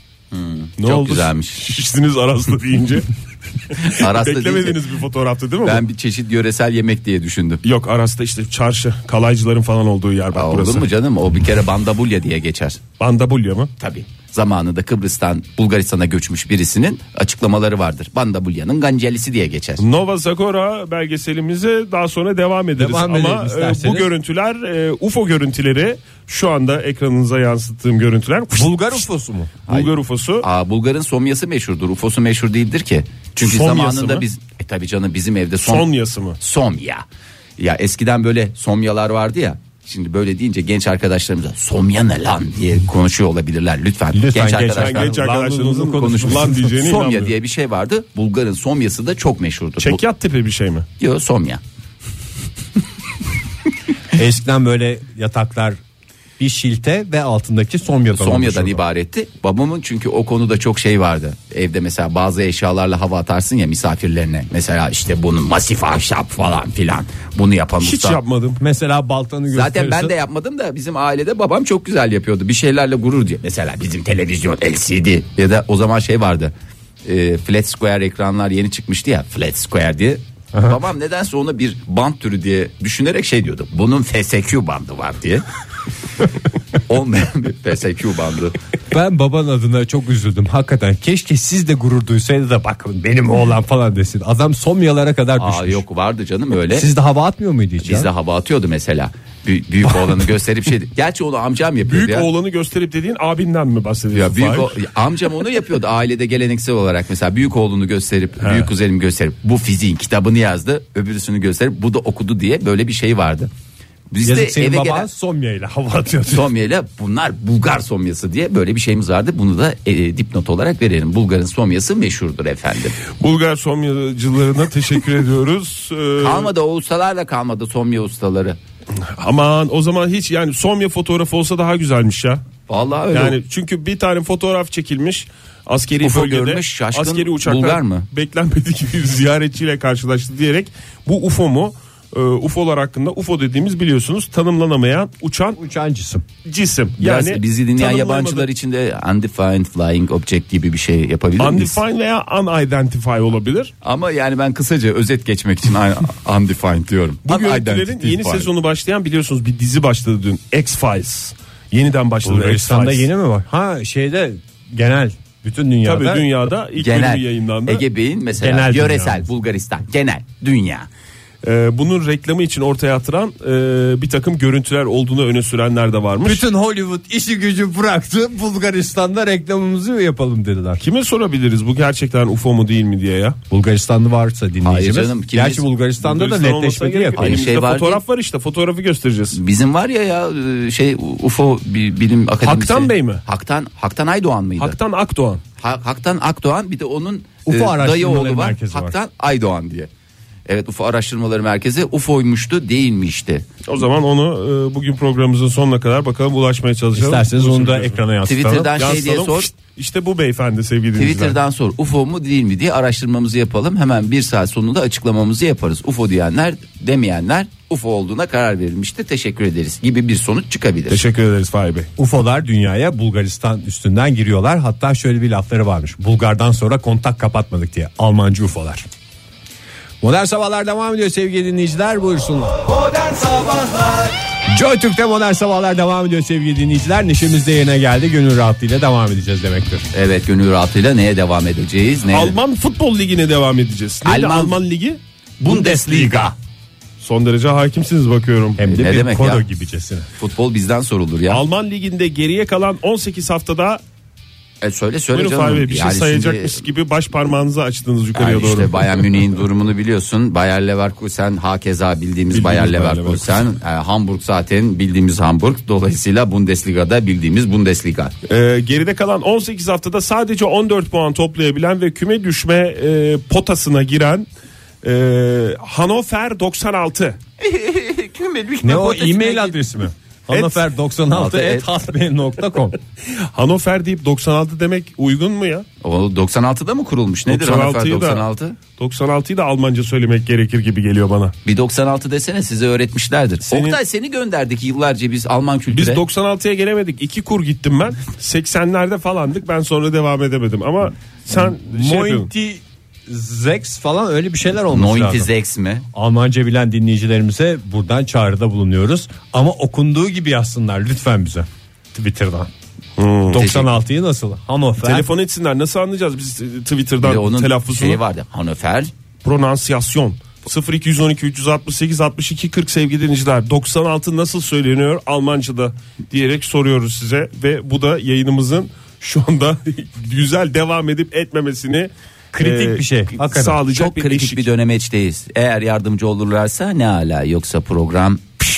Ne çok oldu? güzelmiş. Şiştiniz Arasta deyince. Arasta deyince Beklemediğiniz bir fotoğraftı değil mi ben bu? bir çeşit yöresel yemek diye düşündüm. Yok, Arasta işte çarşı, kalaycıların falan olduğu yer bak Aa, burası. olur mu canım, o bir kere bandabulya diye geçer. Bandabulya mı? Tabii. Zamanında Kıbrıs'tan Bulgaristan'a göçmüş birisinin açıklamaları vardır. Bandabulya'nın gancelisi diye geçer. Nova Zagora belgeselimize daha sonra devam ederiz. Devam Ama edelim e, isterseniz. bu görüntüler e, U F O görüntüleri, şu anda ekranınıza yansıttığım görüntüler. Bulgar ufosu mu? Bulgar U F O'su. Aa, Bulgar'ın somyası meşhurdur. Ufosu meşhur değildir ki. Çünkü Somyası zamanında mı? biz e tabii canım, bizim evde som, Sonyası mı? somya. Ya eskiden böyle somyalar vardı ya. Şimdi böyle deyince genç arkadaşlarımıza somya ne lan diye konuşuyor olabilirler. Lütfen, Lütfen genç genç arkadaşlar. Genç arkadaşlarımızın Lanlılığını konuşmuş lan diyeceğine Somya inanmıyorum. diye bir şey vardı. Bulgar'ın somyası da çok meşhurdur. Çekyat tipi bir şey mi? Bu, yo, somya. Eskiden böyle yataklar bir şilte ve altındaki somyadan Somyadan oluşurdu. ibaretti. Babamın çünkü o konuda çok şey vardı. Evde mesela bazı eşyalarla hava atarsın ya misafirlerine. Mesela işte bunun masif ahşap falan filan. Bunu yapan Hiç usta. yapmadım. Mesela baltanı gösterirsin. Zaten ben de yapmadım da bizim ailede babam çok güzel yapıyordu. Bir şeylerle gurur diyor. Mesela bizim televizyon L C D ya da o zaman şey vardı. E, flat square ekranlar yeni çıkmıştı ya, flat square diye. Babam nedense ona bir bant türü diye düşünerek şey diyordu. Bunun F S Q bandı var diye. Olmayan bir F S Q bandı. Ben baban adına çok üzüldüm. Hakikaten keşke siz de gurur duysaydı da bakın benim oğlan falan desin. Adam somyalara kadar Aa, düşmüş. yok vardı canım öyle. Siz de hava atmıyor muydu hiç? Bizde ya? hava atıyordu mesela. Büyük, büyük oğlanı gösterip şey. Gerçi onu amcam yapıyordu Büyük ya. oğlanı gösterip dediğin abinden mi bahsediyorsun? Ya büyük Fahir? o- amcam onu yapıyordu ailede geleneksel olarak, mesela büyük oğlunu gösterip büyük kuzenimi gösterip bu fiziğin kitabını yazdı, öbürsünü gösterip bu da okudu diye böyle bir şey vardı. Bizde Yazık senin eve baban gelen somyayla hava atıyordu. somyayla, bunlar Bulgar somyası diye böyle bir şeyimiz vardı. Bunu da e, dipnot olarak verelim. Bulgar'ın somyası meşhurdur efendim. Bulgar somyacılarına teşekkür ediyoruz. Ee, Kalmadı o ustalarla, kalmadı somya ustaları. aman o zaman hiç, yani somya fotoğrafı olsa daha güzelmiş ya. Vallahi öyle. Yani çünkü bir tane fotoğraf çekilmiş askeri U F O bölgede, görmüş, şaşkın askeri uçaklar Bulgar mı? beklenmedik bir ziyaretçiyle karşılaştı diyerek bu U F O mu? Ee, U F O'lar hakkında, U F O dediğimiz biliyorsunuz tanımlanamayan uçan Uçan cisim. cisim. Biraz Yani bizi dinleyen tanımlanamadı- yabancılar için de undefined flying object gibi bir şey yapabilir miyiz? undefined veya unidentified olabilir. Ama yani ben kısaca özet geçmek için undefined diyorum. Bu görüntülerin Unidentified. yeni sezonu başlayan, biliyorsunuz bir dizi başladı dün, X-Files. Yeniden başladı Bulgaristan'da X-Files. yeni mi var? Ha şeyde genel bütün dünyada. Tabii dünyada ilk bölümü genel yayınlandı. Ege Bey'in mesela Genel yöresel dünya. Bulgaristan genel dünya. Ee, bunun reklamı için ortaya atılan e, bir takım görüntüler olduğunu öne sürenler de varmış. Bütün Hollywood işi gücü bıraktı. Bulgaristan'da reklamımızı yapalım dediler. Kime sorabiliriz bu gerçekten U F O mu değil mi diye ya? Bulgaristanlı varsa dinleyicimiz. Hayır canım, kimimiz- Gerçi Bulgaristan'da Bulgaristan da olmasa netleşmedi gerek ya. yok. Aynı Elimizde şey var fotoğraf var işte, fotoğrafı göstereceğiz. Bizim var ya ya şey U F O bi- bilim akademisi. Haktan Bey mi? Haktan Haktan Aydoğan mıydı? Haktan Akdoğan. Ha- Haktan Akdoğan, bir de onun U F O e, dayı araştırmaları oğlu var. merkezi var. Haktan Aydoğan diye. Evet, U F O Araştırmaları Merkezi U F O'ymuştu, değilmişti. O zaman onu e, bugün programımızın sonuna kadar bakalım ulaşmaya çalışalım. İsterseniz onu da ekrana yansıtalım. Twitter'dan şey diye Yansıtalım. sor. İşte bu beyefendi sevgili dinleyiciler. Twitter'dan sor, U F O mu değil mi diye araştırmamızı yapalım. Hemen bir saat sonunda açıklamamızı yaparız. U F O diyenler, demeyenler U F O olduğuna karar verilmiştir. Teşekkür ederiz gibi bir sonuç çıkabilir. Teşekkür ederiz Fahir Bey. U F O'lar dünyaya Bulgaristan üstünden giriyorlar. Hatta şöyle bir lafları varmış. Bulgar'dan sonra kontak kapatmadık diye. Almancı U F O'lar. Modern Sabahlar devam ediyor sevgili dinleyiciler, buyursunlar. Modern Sabahlar. Joy Türk'te Modern Sabahlar devam ediyor sevgili dinleyiciler. Neşemiz de yerine geldi. Gönül rahatlığıyla devam edeceğiz demektir. Evet, gönül rahatlığıyla neye devam edeceğiz? Neye? Alman futbol ligine devam edeceğiz. Neydi Alman- Alman ligi? Bundesliga. Son derece hakimsiniz bakıyorum. Hem de Ne bir demek kodo ya? gibicesine. Futbol bizden sorulur ya. Alman liginde geriye kalan on sekiz haftada E söyle söyle buyurun canım. Fahir Bey, bir şey Yani sayacakmış şimdi- gibi baş parmağınızı açtınız yukarıya Yani doğru. işte Bayern Münih'in durumunu biliyorsun. Bayer Leverkusen hakeza bildiğimiz, Bildiğimiz Bayer Bayer Leverkusen. E, Hamburg zaten bildiğimiz Hamburg. Dolayısıyla Bundesliga'da bildiğimiz Bundesliga. Ee, geride kalan on sekiz haftada sadece on dört puan toplayabilen ve küme düşme e, potasına giren e, Hannover doksan altı. Ne o e-mail adresi mi? Hannover doksan altı at hotmail nokta com. Hannover deyip doksan altı demek uygun mu ya? O doksan altıda mı kurulmuş? Nedir Hannover doksan altıyı da- doksan altı? doksan altıyı da Almanca söylemek gerekir gibi geliyor bana. Bir doksan altı desene, size öğretmişlerdir. Senin- Oktay, seni gönderdik yıllarca biz Alman kültüre. Biz doksan altıya gelemedik. İki kur gittim ben. seksenlerde falandık. Ben sonra devam edemedim ama sen şey yapıyorsun. Mointi Zex falan öyle bir şeyler olmuş lazım. Nointizex mi? Almanca bilen dinleyicilerimize buradan çağrıda bulunuyoruz. Ama okunduğu gibi yazsınlar lütfen bize Twitter'dan. Hmm. doksan altıyı nasıl? Hannover. Telefon etsinler. Nasıl anlayacağız biz e, Bir de Twitter'dan onun telaffuzunu? şeyi vardı. Hannover. Pronansiyasyon. sıfır iki on iki üç altı sekiz altmış iki kırk sevgili dinleyiciler. doksan altı nasıl söyleniyor Almanca'da diyerek soruyoruz size ve bu da yayınımızın şu anda güzel devam edip etmemesini Kritik e, bir şey. Hakikaten. sağlayacak Çok bir kritik eşik. bir dönemeçteyiz. Eğer yardımcı olurlarsa ne ala, yoksa program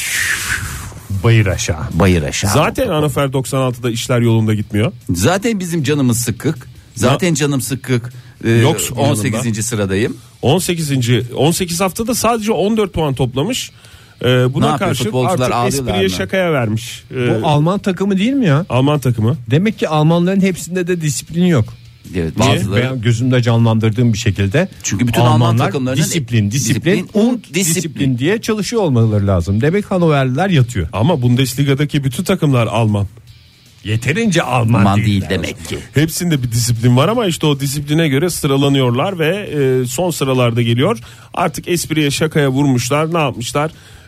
Bayır aşağı. bayır aşağı. Zaten Hannover doksan altıda işler yolunda gitmiyor. Zaten bizim canımız sıkkık. Zaten canım sıkkık. Ee, Yoksun on sekizinci sıradayım. on sekizinci on sekiz haftada sadece on dört puan toplamış. Ee, buna Ne yapıyor, karşı futbolcular artık ağlıyorlar espriye mı? şakaya vermiş. Ee, Bu Alman takımı değil mi ya? Alman takımı. Demek ki Almanların hepsinde de disiplin yok. Evet, Niye? bazıları. Ben gözümde canlandırdığım bir şekilde. Çünkü bütün Alman Almanlar takımlarının disiplin, disiplin, disiplin, und und disiplin, disiplin diye çalışıyor olmaları lazım. Demek Hannoverliler yatıyor. Ama Bundesliga'daki bütün takımlar Alman. Yeterince Alman, Alman değil değiller. demek ki. Hepsinde bir disiplin var ama işte o disipline göre sıralanıyorlar ve e, son sıralarda geliyor. Artık espriye şakaya vurmuşlar. Ne yapmışlar?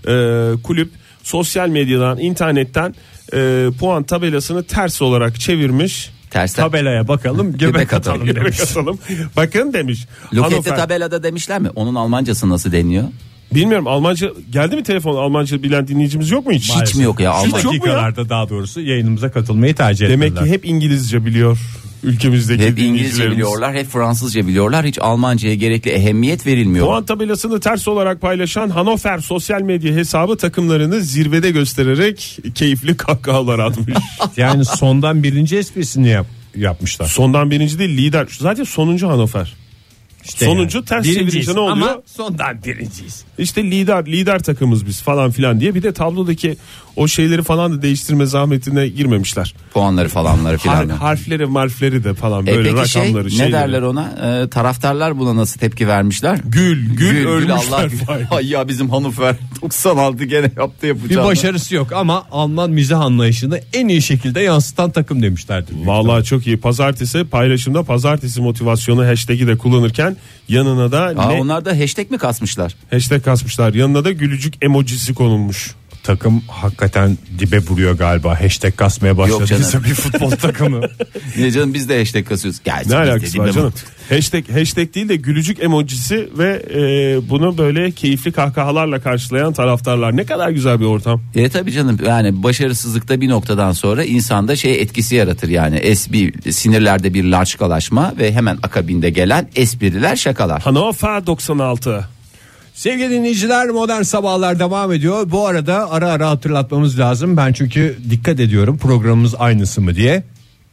E, kulüp sosyal medyadan, internetten e, puan tabelasını ters olarak çevirmiş. Tersten. Tabelaya bakalım, göbek, Göbek atalım. atalım. Göbek atalım. Bakın demiş. Lokette Hannover- tabelada demişler mi? Onun Almancası nasıl deniyor? Bilmiyorum, Almanca geldi mi telefon? Almanca bilen dinleyicimiz yok mu hiç? Maalesef. Hiç mi yok ya? Şu Alman. Hiç yok mu ya? dakikalarda daha doğrusu yayınımıza katılmayı tercih Demek ettiler. ki hep İngilizce biliyor ülkemizdeki Hep İngilizce dinleyicilerimiz. biliyorlar, hep Fransızca biliyorlar. Hiç Almanca'ya gerekli ehemmiyet verilmiyor. Puan tabelasını ters olarak paylaşan Hannover sosyal medya hesabı takımlarını zirvede göstererek keyifli kahkahalar atmış. Yani sondan birinci esprisini yap, yapmışlar. Sondan birinci değil, lider. Zaten sonuncu Hannover. İşte Sonuncu yani. ters Birinciyiz çevirince ne oluyor? Ama sondan birinciyiz. İşte lider lider takımız biz falan filan diye. Bir de tablodaki o şeyleri falan da değiştirme zahmetine girmemişler. Puanları falanları Har- filan. harfleri marfleri de falan E böyle peki şey, rakamları ne şeyleri. derler ona? E, taraftarlar buna nasıl tepki vermişler? Gül gül, ölmüşler. Allah. Ay ya, bizim Hannover doksan altı gene yaptı Bir yapacağını. başarısı yok ama Alman mizah anlayışını en iyi şekilde yansıtan takım demişlerdir. Vallahi çok iyi. Pazartesi paylaşımda pazartesi motivasyonu hashtag'i de kullanırken yanına da Aa, ne onlar da hashtag mi kasmışlar? hashtag kasmışlar. Yanına da gülücük emojisi konulmuş. Takım hakikaten dibe vuruyor galiba. Hashtag kasmaya Yok başladıysa canım. bir futbol takımı. Niye canım, biz de hashtag kasıyoruz. Gerçi Ne biz alakası dediğinde var canım? bu- Hashtag, hashtag değil de gülücük emojisi ve e, bunu böyle keyifli kahkahalarla karşılayan taraftarlar. Ne kadar güzel bir ortam. E tabii canım, yani başarısızlıkta bir noktadan sonra insanda şey etkisi yaratır yani. Es bir sinirlerde bir laçkalaşma ve hemen akabinde gelen espriler, şakalar. Hannover doksan altı. Sevgili dinleyiciler, Modern Sabahlar devam ediyor. Bu arada ara ara hatırlatmamız lazım. Ben çünkü dikkat ediyorum programımız aynısı mı diye.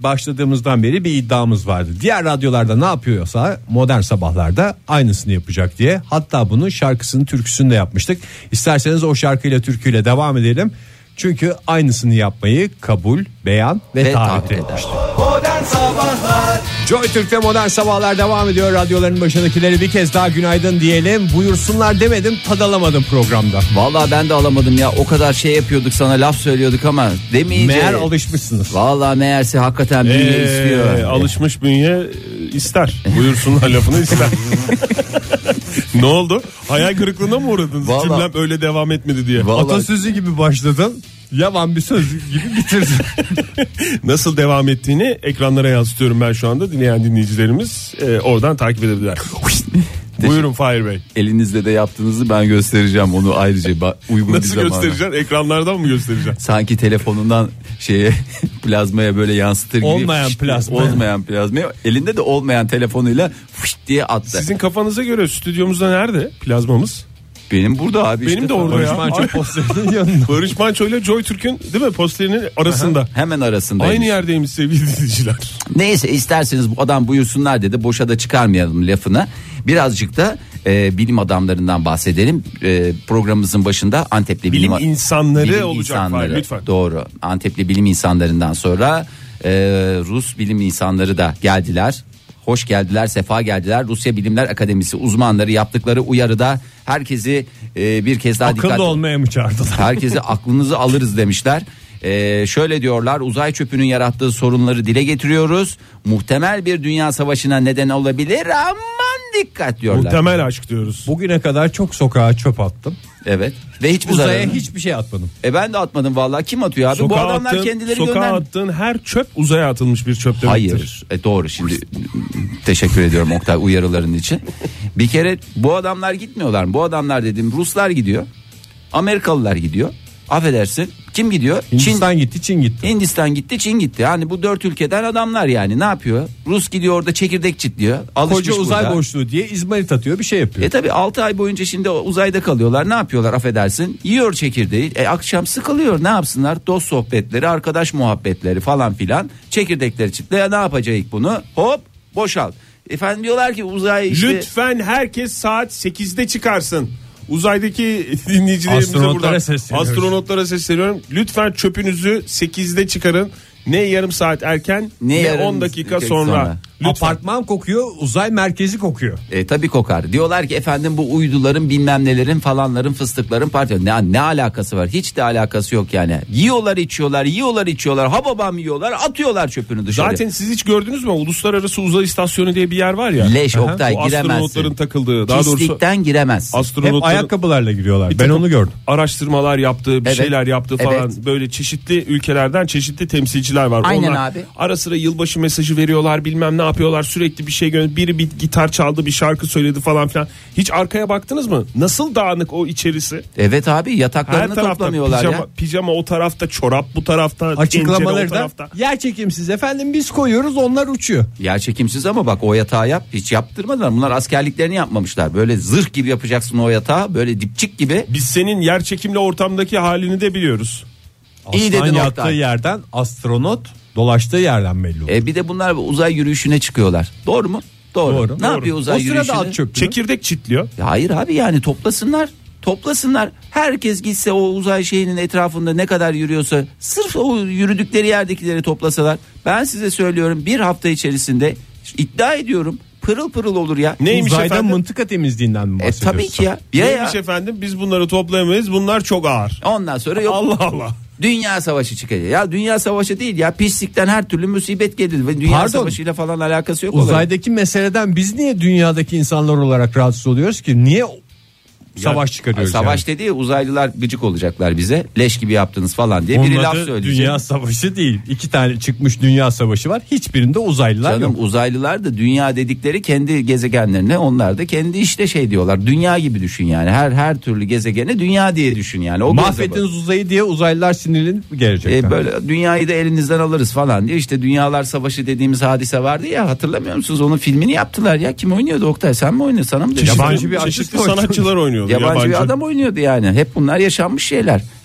başladığımızdan beri bir iddiamız vardı. Diğer radyolarda ne yapıyorsa Modern Sabahlar'da aynısını yapacak diye. Hatta bunun şarkısını, türküsünü de yapmıştık. İsterseniz o şarkıyla, türküyle devam edelim. Çünkü aynısını yapmayı kabul, beyan ve, Ve taahhüt taahhüt etmiştik. Modern Sabahlar. Joy Türk'te Modern Sabahlar devam ediyor. Radyoların başındakileri bir kez daha günaydın diyelim. Buyursunlar demedim, tad alamadım programda. Vallahi ben de alamadım ya. O kadar şey yapıyorduk, sana laf söylüyorduk ama demeyince. Meğer alışmışsınız. Vallahi meğerse hakikaten bünye Ee, istiyor. alışmış bünye e, ister. Buyursunlar lafını ister. Ne oldu? Hayal kırıklığına mı uğradınız? Vallahi- Cümlem öyle devam etmedi diye. Vallahi- Atasözü gibi başladın. Yavan bir söz gibi bitirdin. Nasıl devam ettiğini ekranlara yansıtıyorum ben şu anda. Dinleyen dinleyicilerimiz e, oradan takip edebilirler. Buyurun Fahir Bey. Elinizde de yaptığınızı ben göstereceğim onu ayrıca ba- uygun bir Nasıl zamanda. göstereceksin? Ekranlardan mı göstereceksin? Sanki telefonundan şeye plazmaya böyle yansıtır gibi. Olmayan fışt, plazmaya. Olmayan plazmaya. Elinde de olmayan telefonuyla fışt diye attı. Sizin kafanıza göre stüdyomuzda nerede plazmamız? Benim burada abi Benim işte. de orada Barış ya. Manço posterinin yanında. Barış Manço ile Joy Türk'ün değil mi posterinin arasında. Hemen arasında. Aynı yerdeymiş sevgili dinleyiciler. Neyse isterseniz bu adam buyursunlar dedi. Boşa da çıkarmayalım lafını. Birazcık da e, bilim adamlarından bahsedelim. E, programımızın başında Antepli bilim, Bilim insanları bilim olacak insanları, Fahir, lütfen. Doğru. Antepli bilim insanlarından sonra e, Rus bilim insanları da geldiler. Hoş geldiler, sefa geldiler. Rusya Bilimler Akademisi uzmanları yaptıkları uyarıda herkesi e, bir kez daha Akıllı dikkat. olmaya mı çağırdılar? Herkese aklınızı alırız demişler. Ee, şöyle diyorlar, uzay çöpünün yarattığı sorunları dile getiriyoruz. Muhtemel bir dünya savaşına neden olabilir, aman dikkat diyorlar. Muhtemel aşk diyoruz. Bugüne kadar çok sokağa çöp attım. Evet. Ve hiçbir Uzaya zararı- hiçbir şey atmadım. E ben de atmadım vallahi. Kim atıyor abi? Bu Sokağa adamlar attığın, kendileri sokağa gönder. attığın her çöp uzaya atılmış bir çöp demektir. Hayır. E doğru şimdi teşekkür ediyorum Oktay uyarıların için. Bir kere bu adamlar gitmiyorlar mı? Bu adamlar dedim Ruslar gidiyor. Amerikalılar gidiyor. Affedersin. Kim gidiyor? Hindistan gitti, Çin gitti. Hindistan gitti, Çin gitti. Yani bu dört ülkeden adamlar yani ne yapıyor? Rus gidiyor orada çekirdek çitliyor. Alışmış Koca uzay burada. boşluğu diye izmarit atıyor, bir şey yapıyor. E tabi altı ay boyunca şimdi uzayda kalıyorlar. Ne yapıyorlar affedersin? Yiyor çekirdeği. E akşam sıkılıyor. Ne yapsınlar? Dost sohbetleri, arkadaş muhabbetleri falan filan. Çekirdekleri çitliyor. Ne yapacağız bunu? Hop boşalt. Efendim diyorlar ki uzay işte. Lütfen herkes saat sekizde çıkarsın. Uzaydaki dinleyicilerimize Astronotlara buradan sesleniyoruz. astronotlara sesleniyorum. Lütfen çöpünüzü sekizde çıkarın. Ne yarım saat erken ne, Ne yarım on dakika dakika sonra. sonra. Lütfen. Apartman kokuyor, uzay merkezi kokuyor. E tabi kokar. Diyorlar ki efendim bu uyduların bilmem nelerin falanların fıstıkların parça. Ne, ne alakası var? Hiç de alakası yok yani. Yiyorlar içiyorlar yiyorlar içiyorlar. Ha babam yiyorlar atıyorlar çöpünü dışarı. Zaten siz hiç gördünüz mü? Uluslararası Uzay İstasyonu diye bir yer var ya. Leş Aha. Oktay Bu giremezsin. astronotların takıldığı. Daha doğrusu Pislikten giremezsin. Hep astronotların ayakkabılarla giriyorlar. bir Ben takım onu gördüm. araştırmalar yaptığı, bir Evet, şeyler yaptığı falan evet. böyle çeşitli ülkelerden çeşitli temsilciler var. Aynen Onlar abi. ara sıra yılbaşı mesajı veriyorlar, bilmem ne yapıyorlar, sürekli bir şey gö- biri bir gitar çaldı, bir şarkı söyledi falan filan. Hiç arkaya baktınız mı? Nasıl dağınık o içerisi? Evet abi Her yataklarını tarafta toplamıyorlar pijama, ya. pijama o tarafta, çorap bu tarafta, tencere Açıklamaları o da tarafta. yer çekimsiz efendim, biz koyuyoruz, onlar uçuyor. Yer çekimsiz ama bak o yatağı yap hiç yaptırmadılar. Bunlar askerliklerini yapmamışlar. Böyle zırh gibi yapacaksın o yatağı böyle dipçik gibi. Biz senin yer çekimli ortamdaki halini de biliyoruz. İyi Aslan dedin yattığı Oktay. yerden, astronot dolaştığı yerden belli oluyor. E bir de bunlar uzay yürüyüşüne çıkıyorlar. Doğru mu? Doğru. Doğru. Ne Doğru. yapıyor uzay O sırada yürüyüşüne? at çöpünü. Çekirdek çitliyor. Ya hayır abi yani toplasınlar. Toplasınlar. Herkes gitse o uzay şeyinin etrafında ne kadar yürüyorsa sırf o yürüdükleri yerdekileri toplasalar. Ben size söylüyorum bir hafta içerisinde iddia ediyorum pırıl pırıl olur ya. Neymiş Uzayda efendim? mıntıka temizliğinden mi E bahsediyorsun? tabii ki ya. Ya Neymiş ya. efendim? Biz bunları toplayamayız. Bunlar çok ağır. Ondan sonra yok. Allah Allah. Dünya savaşı çıkacak. Ya dünya savaşı değil ya pislikten her türlü musibet gelir ve dünya Pardon. savaşıyla falan alakası yok. olayın. Uzaydaki meseleden biz niye dünyadaki insanlar olarak rahatsız oluyoruz ki? Niye savaş çıkarıyoruz? Savaş dediği uzaylılar gıcık olacaklar bize. Leş gibi yaptınız falan diye yani? biri Onun laf adı söyleyecek. dünya savaşı değil. İki tane çıkmış dünya savaşı var. Hiçbirinde uzaylılar Canım yok. uzaylılar da dünya dedikleri kendi gezegenlerine onlar da kendi işte şey diyorlar. Dünya gibi düşün yani. Her her türlü gezegene dünya diye düşün yani. O gözle bak. Mahvettiniz uzayı diye uzaylılar sinirlenip gelecekler. E böyle dünyayı da elinizden alırız falan diye işte Dünyalar Savaşı dediğimiz hadise vardı ya hatırlamıyor musunuz? Onun filmini yaptılar ya. Kim oynuyordu Oktay? Sen mi oynuyorsun? Sana mı dedi? Yabancı bir Çeşitli açık sanatçılar oynuyordu. Yabancı, bir adam oynuyordu yani. Hep bunlar yaşanmış şeyler.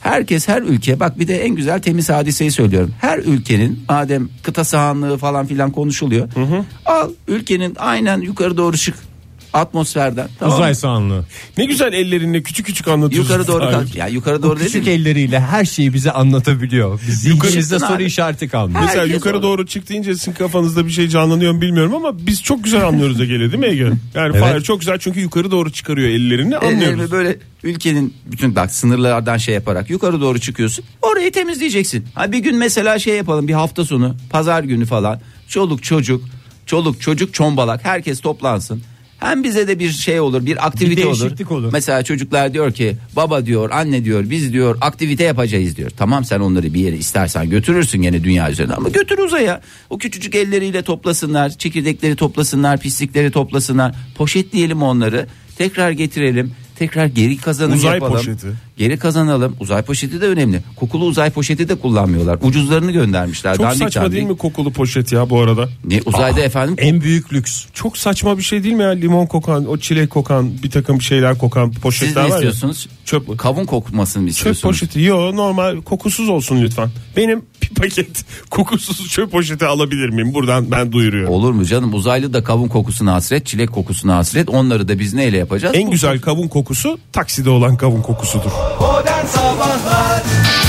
Herkes her ülke bak bir de en güzel temiz hadiseyi söylüyorum. Her ülkenin madem kıta sahanlığı falan filan konuşuluyor. Hı hı. Al ülkenin aynen yukarı doğru çık atmosferden. Tamam. Uzay sahanlığı. Ne güzel ellerinle küçük küçük anlatıyorsun. Yukarı doğru kalk. Ya yukarı doğru Küçük dedim. elleriyle her şeyi bize anlatabiliyor. Zihnimizde soru abi. işareti kalmıyor. Mesela Herkes yukarı o. doğru çıktı deyince sizin kafanızda bir şey canlanıyor mu bilmiyorum ama biz çok güzel anlıyoruz da geliyor değil mi Ege? Yani Evet. Fahir çok güzel çünkü yukarı doğru çıkarıyor ellerini anlıyoruz. Ellerimi böyle ülkenin bütün bak sınırlardan şey yaparak yukarı doğru çıkıyorsun. Orayı temizleyeceksin. Ha bir gün mesela şey yapalım bir hafta sonu pazar günü falan. Çoluk çocuk, çoluk çocuk çombalak herkes toplansın. Hem bize de bir şey olur, bir aktivite Bir olur. değişiklik olur. Mesela çocuklar diyor ki baba diyor, anne diyor, biz diyor aktivite yapacağız diyor. Tamam sen onları bir yere istersen götürürsün gene dünya üzerine ama götür uzaya. O küçücük elleriyle toplasınlar, çekirdekleri toplasınlar, pislikleri toplasınlar. Poşetleyelim onları, tekrar getirelim. Tekrar geri kazanım Uzay yapalım. poşeti. Geri kazanalım. Uzay poşeti de önemli. Kokulu uzay poşeti de kullanmıyorlar. Ucuzlarını göndermişler. Çok Dandik saçma dandik. değil mi kokulu poşet ya bu arada? Ne, uzayda efendim En büyük lüks. Çok saçma bir şey değil mi ya? Limon kokan, o çilek kokan, bir takım şeyler kokan siz poşetler ne var ya. istiyorsunuz? Çöp mü? Kavun kokmasını mı Çöp istiyorsunuz? poşeti. Yo normal kokusuz olsun lütfen. Benim bir paket kokusuz çöp poşeti alabilir miyim? Buradan ben duyuruyorum. Olur mu canım? Uzaylı da kavun kokusuna hasret, çilek kokusuna hasret. Onları da biz neyle yapacağız? En Bu- güzel kavun kokusu takside olan kavun kokusudur. Modern Sabahlar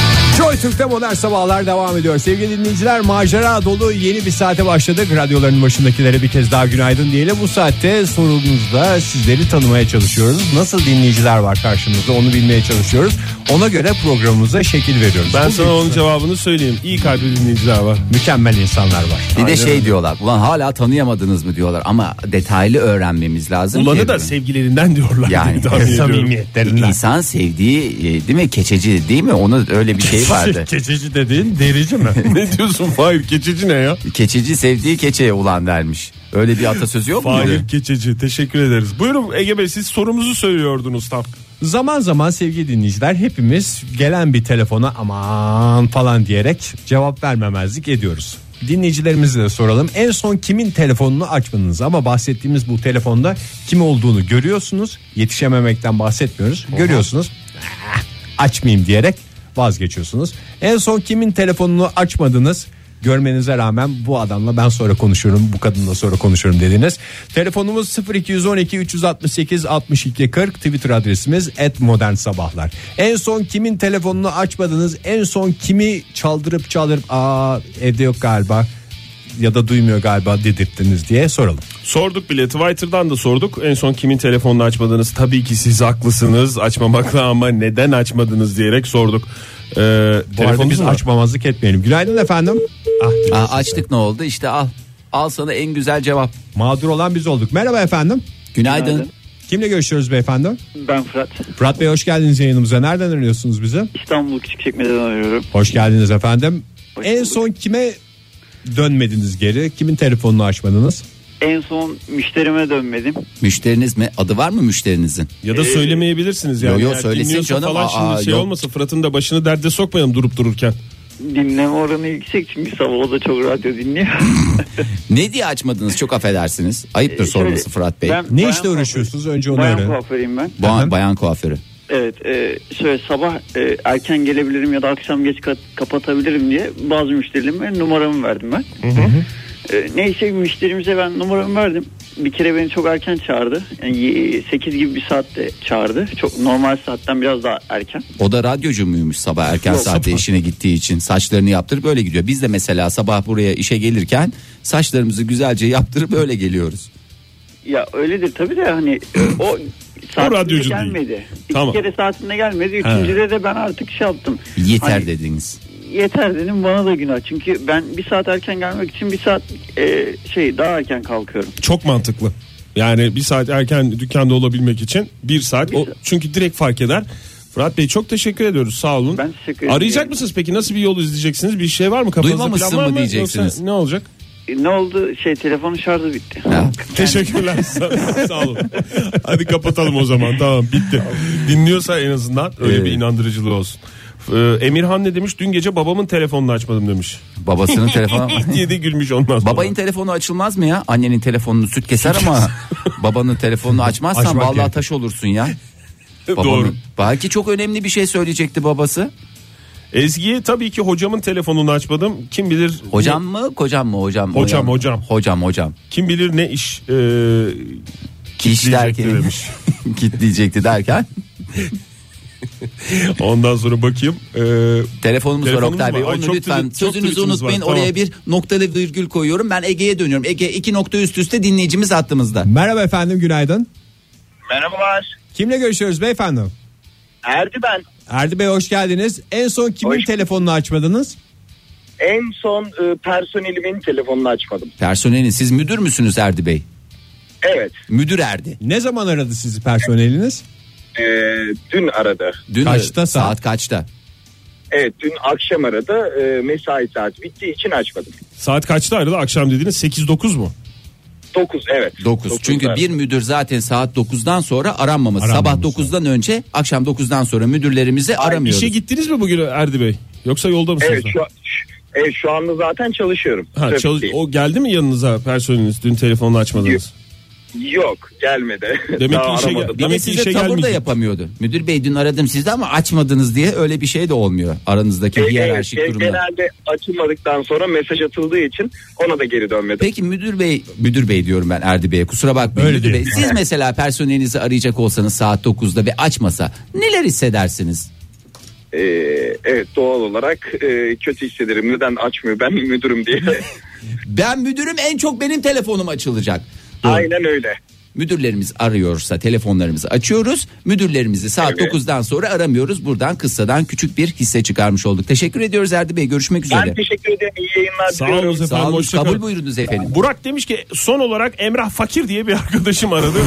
Joy Türk'te modern sabahlar devam ediyor. Sevgili dinleyiciler, macera dolu yeni bir saate başladık. Radyoların başındakilere bir kez daha günaydın diyelim. Bu saatte sorumuzda sizleri tanımaya çalışıyoruz. Nasıl dinleyiciler var karşımızda onu bilmeye çalışıyoruz. Ona göre programımıza şekil veriyoruz. Ben Bugün sana onun cevabını söyleyeyim. İyi kalpli dinleyiciler var. mükemmel insanlar var. Bir de Aynen şey öyle. diyorlar. Ulan hala tanıyamadınız mı diyorlar ama detaylı öğrenmemiz lazım. Ulanı ki- da sevgilerinden diyorlar. Yani diye tahmin ediyorum. Samimiyetlerinden. İnsan sevdiği e, değil mi keçeci değil mi? Ona öyle bir şey vardı. Keçeci dediğin derici mi? Ne diyorsun Fahir? Keçeci ne ya? Keçeci sevdiği keçeye ulan dermiş. Öyle bir atasözü yok muydu? Fahir Keçeci. Teşekkür ederiz. Buyurun Ege Bey, siz sorumuzu söylüyordunuz tam. Zaman zaman sevgili dinleyiciler hepimiz gelen bir telefona aman falan diyerek cevap vermemezlik ediyoruz. Dinleyicilerimize de soralım. En son kimin telefonunu açmadınız? Ama bahsettiğimiz bu telefonda kim olduğunu görüyorsunuz. Yetişememekten bahsetmiyoruz. Görüyorsunuz. "Ah, açmayayım" diyerek vazgeçiyorsunuz. En son kimin telefonunu açmadınız? Görmenize rağmen bu adamla ben sonra konuşurum, bu kadınla sonra konuşurum dediniz. Telefonumuz sıfır iki on iki üç altı sekiz altmış iki kırk, Twitter adresimiz et modern sabahlar. En son kimin telefonunu açmadınız? En son kimi çaldırıp çaldırıp aa evde yok galiba ya da duymuyor galiba dedirttiniz diye soralım. Sorduk bile, Twitter'dan da sorduk. En son kimin telefonunu açmadınız? Tabii ki siz haklısınız açmamakla ama neden açmadınız diyerek sorduk. Ee, Bu arada telefonunuz biz mu var? açmamazlık etmeyelim. Günaydın efendim. Ah, Aa, açtık ne oldu? İşte al. Al sana en güzel cevap. mağdur olan biz olduk. Merhaba efendim. Günaydın. Günaydın. Kimle görüşüyoruz beyefendi? Ben Fırat. Fırat Bey hoş geldiniz yayınımıza. Nereden arıyorsunuz bizi? İstanbul Küçükçekmece'den arıyorum. Hoş geldiniz efendim. Hoş En bulduk. son kime dönmediniz geri? Kimin telefonunu açmadınız? En son müşterime dönmedim. Müşteriniz mi? Adı var mı müşterinizin? Ya da söylemeyebilirsiniz yani. Yo, yo, Eğer söylesin dinliyorsa canım. falan Aa, şimdi şey yok. olmasın, Fırat'ın da başını derde sokmayalım durup dururken. Dinleme oranı yüksek çünkü sabah o da çok radyo dinliyor. Ne diye açmadınız? Çok affedersiniz. Ayıptır Ee, sorması şöyle, Fırat Bey. ben Ne bayan işle uğraşıyorsunuz? kuaförü- Önce onu Bayan öğrenin. kuaförüyüm ben. Ba- Hı hı. bayan kuaförü. Evet e, şöyle sabah e, erken gelebilirim ya da akşam geç kat- kapatabilirim diye bazı müşterilerime numaramı verdim ben. E, neyse müşterimize ben numaramı verdim. Bir kere beni çok erken çağırdı. Yani sekiz gibi bir saatte çağırdı. Çok normal saatten biraz daha erken. O da radyocu muymuş sabah erken Yok, saatte sabah. işine gittiği için saçlarını yaptırıp öyle gidiyor. Biz de mesela sabah buraya işe gelirken saçlarımızı güzelce yaptırıp öyle geliyoruz. Ya öyledir tabii de hani e, o saatinde radyocu değil. gelmedi. İki Tamam. kere saatinde gelmedi. Üçüncüde de ben artık şey yaptım. Yeter Hani, dediniz. yeter dedim, bana da günah. Çünkü ben bir saat erken gelmek için bir saat e, şey daha erken kalkıyorum. Çok mantıklı. Yani bir saat erken dükkanda olabilmek için bir saat. O, çünkü direkt fark eder. Fırat Bey çok teşekkür ediyoruz, sağ olun. Ben teşekkür ederim. Arayacak mısınız peki, nasıl bir yol izleyeceksiniz, bir şey var mı kafanızda, Duymamışsın plan var mı mı diyeceksiniz? Yoksa ne olacak? E, ne oldu? Şey telefonun şarjı bitti. Ha. Teşekkürler sağ, sağ olun. Hadi kapatalım o zaman, tamam bitti. Dinliyorsa en azından öyle bir Ee, inandırıcılığı olsun. Ee, Emirhan ne demiş? Dün gece babamın telefonunu açmadım demiş. Babasının telefonu. diye de gülmüş ondan sonra. Babayın telefonu açılmaz mı ya? Annenin telefonunu süt keser ama babanın telefonunu açmazsan Açmak vallahi gerekir. taş olursun ya. Doğru. Babanın. Belki çok önemli bir şey söyleyecekti babası. Ezgi'ye tabii ki hocamın telefonunu açmadım. Kim bilir Hocam ne, mı kocam mı hocam? Hocam, hocam. Hocam hocam. kim bilir ne iş e, Kiş kitleyecekti derken demiş. kitleyecekti derken Ondan sonra bakayım. E, telefonumuz var Telefonumuz Oktay Bey. var. Ay, Onu çok lütfen tweet- çok sözünüzü tweetimiz unutmayın. var, Oraya tamam. bir noktalı virgül koyuyorum. Ben Ege'ye dönüyorum. Ege iki nokta üst üste dinleyicimiz hattımızda. Merhaba efendim, günaydın. Merhabalar. Kimle görüşüyoruz beyefendi? Erdi ben. Erdi Bey hoş geldiniz. En son kimin Hoş- telefonunu açmadınız? En son e, personelimin telefonunu açmadım. Personelin siz müdür müsünüz Erdi Bey? Evet. Müdür Erdi. Ne zaman aradı sizi personeliniz? E, dün aradı. Dün Kaçta saat? saat? kaçta? Evet dün akşam aradı. E, mesai saati bittiği için açmadım. saat kaçta aradı? Akşam dediğiniz sekiz dokuz mu? dokuz evet. dokuz. Çünkü dokuzda. bir müdür zaten saat dokuzdan sonra aranmaması. Aranmaması. Sabah dokuzdan önce, akşam dokuzdan sonra müdürlerimizi aramıyoruz. İşe gittiniz mi bugün Erdi Bey? Yoksa yolda mısınız? Evet şu, evet şu anda zaten çalışıyorum. Ha, çalış- Trafikteyim. o geldi mi yanınıza personeliniz? Dün telefonunu açmadınız. Yok gelmedi. Demek Daha ki işe aramadım. Bir de Demek ki size işe tavır da gelmeyecek. yapamıyordu. Müdür bey dün aradım sizde ama açmadınız diye öyle bir şey de olmuyor. Aranızdaki E, hiyerarşik evet, durumda. genelde açılmadıktan sonra mesaj atıldığı için ona da geri dönmedim. Peki müdür bey, müdür bey diyorum ben Erdi Bey'e, kusura bakmayın. Öyle Müdür bey, değil. siz mesela personelinizi arayacak olsanız saat dokuzda ve açmasa neler hissedersiniz? E, evet doğal olarak e, kötü hissederim. Neden açmıyor ben müdürüm diye. Ben müdürüm, en çok benim telefonum açılacak. Doğru. Aynen öyle. Müdürlerimiz arıyorsa telefonlarımızı açıyoruz. Müdürlerimizi saat Evet. dokuzdan sonra aramıyoruz. Buradan kıssadan küçük bir hisse çıkarmış olduk. Teşekkür ediyoruz Erdi Bey. Görüşmek üzere. Ben teşekkür ederim. İyi yayınlar Sağ diliyorum. olun efendim. Sağ olun. hoşça Kabul kalın. buyurunuz efendim. Burak demiş ki son olarak Emrah Fakir diye bir arkadaşım aradı.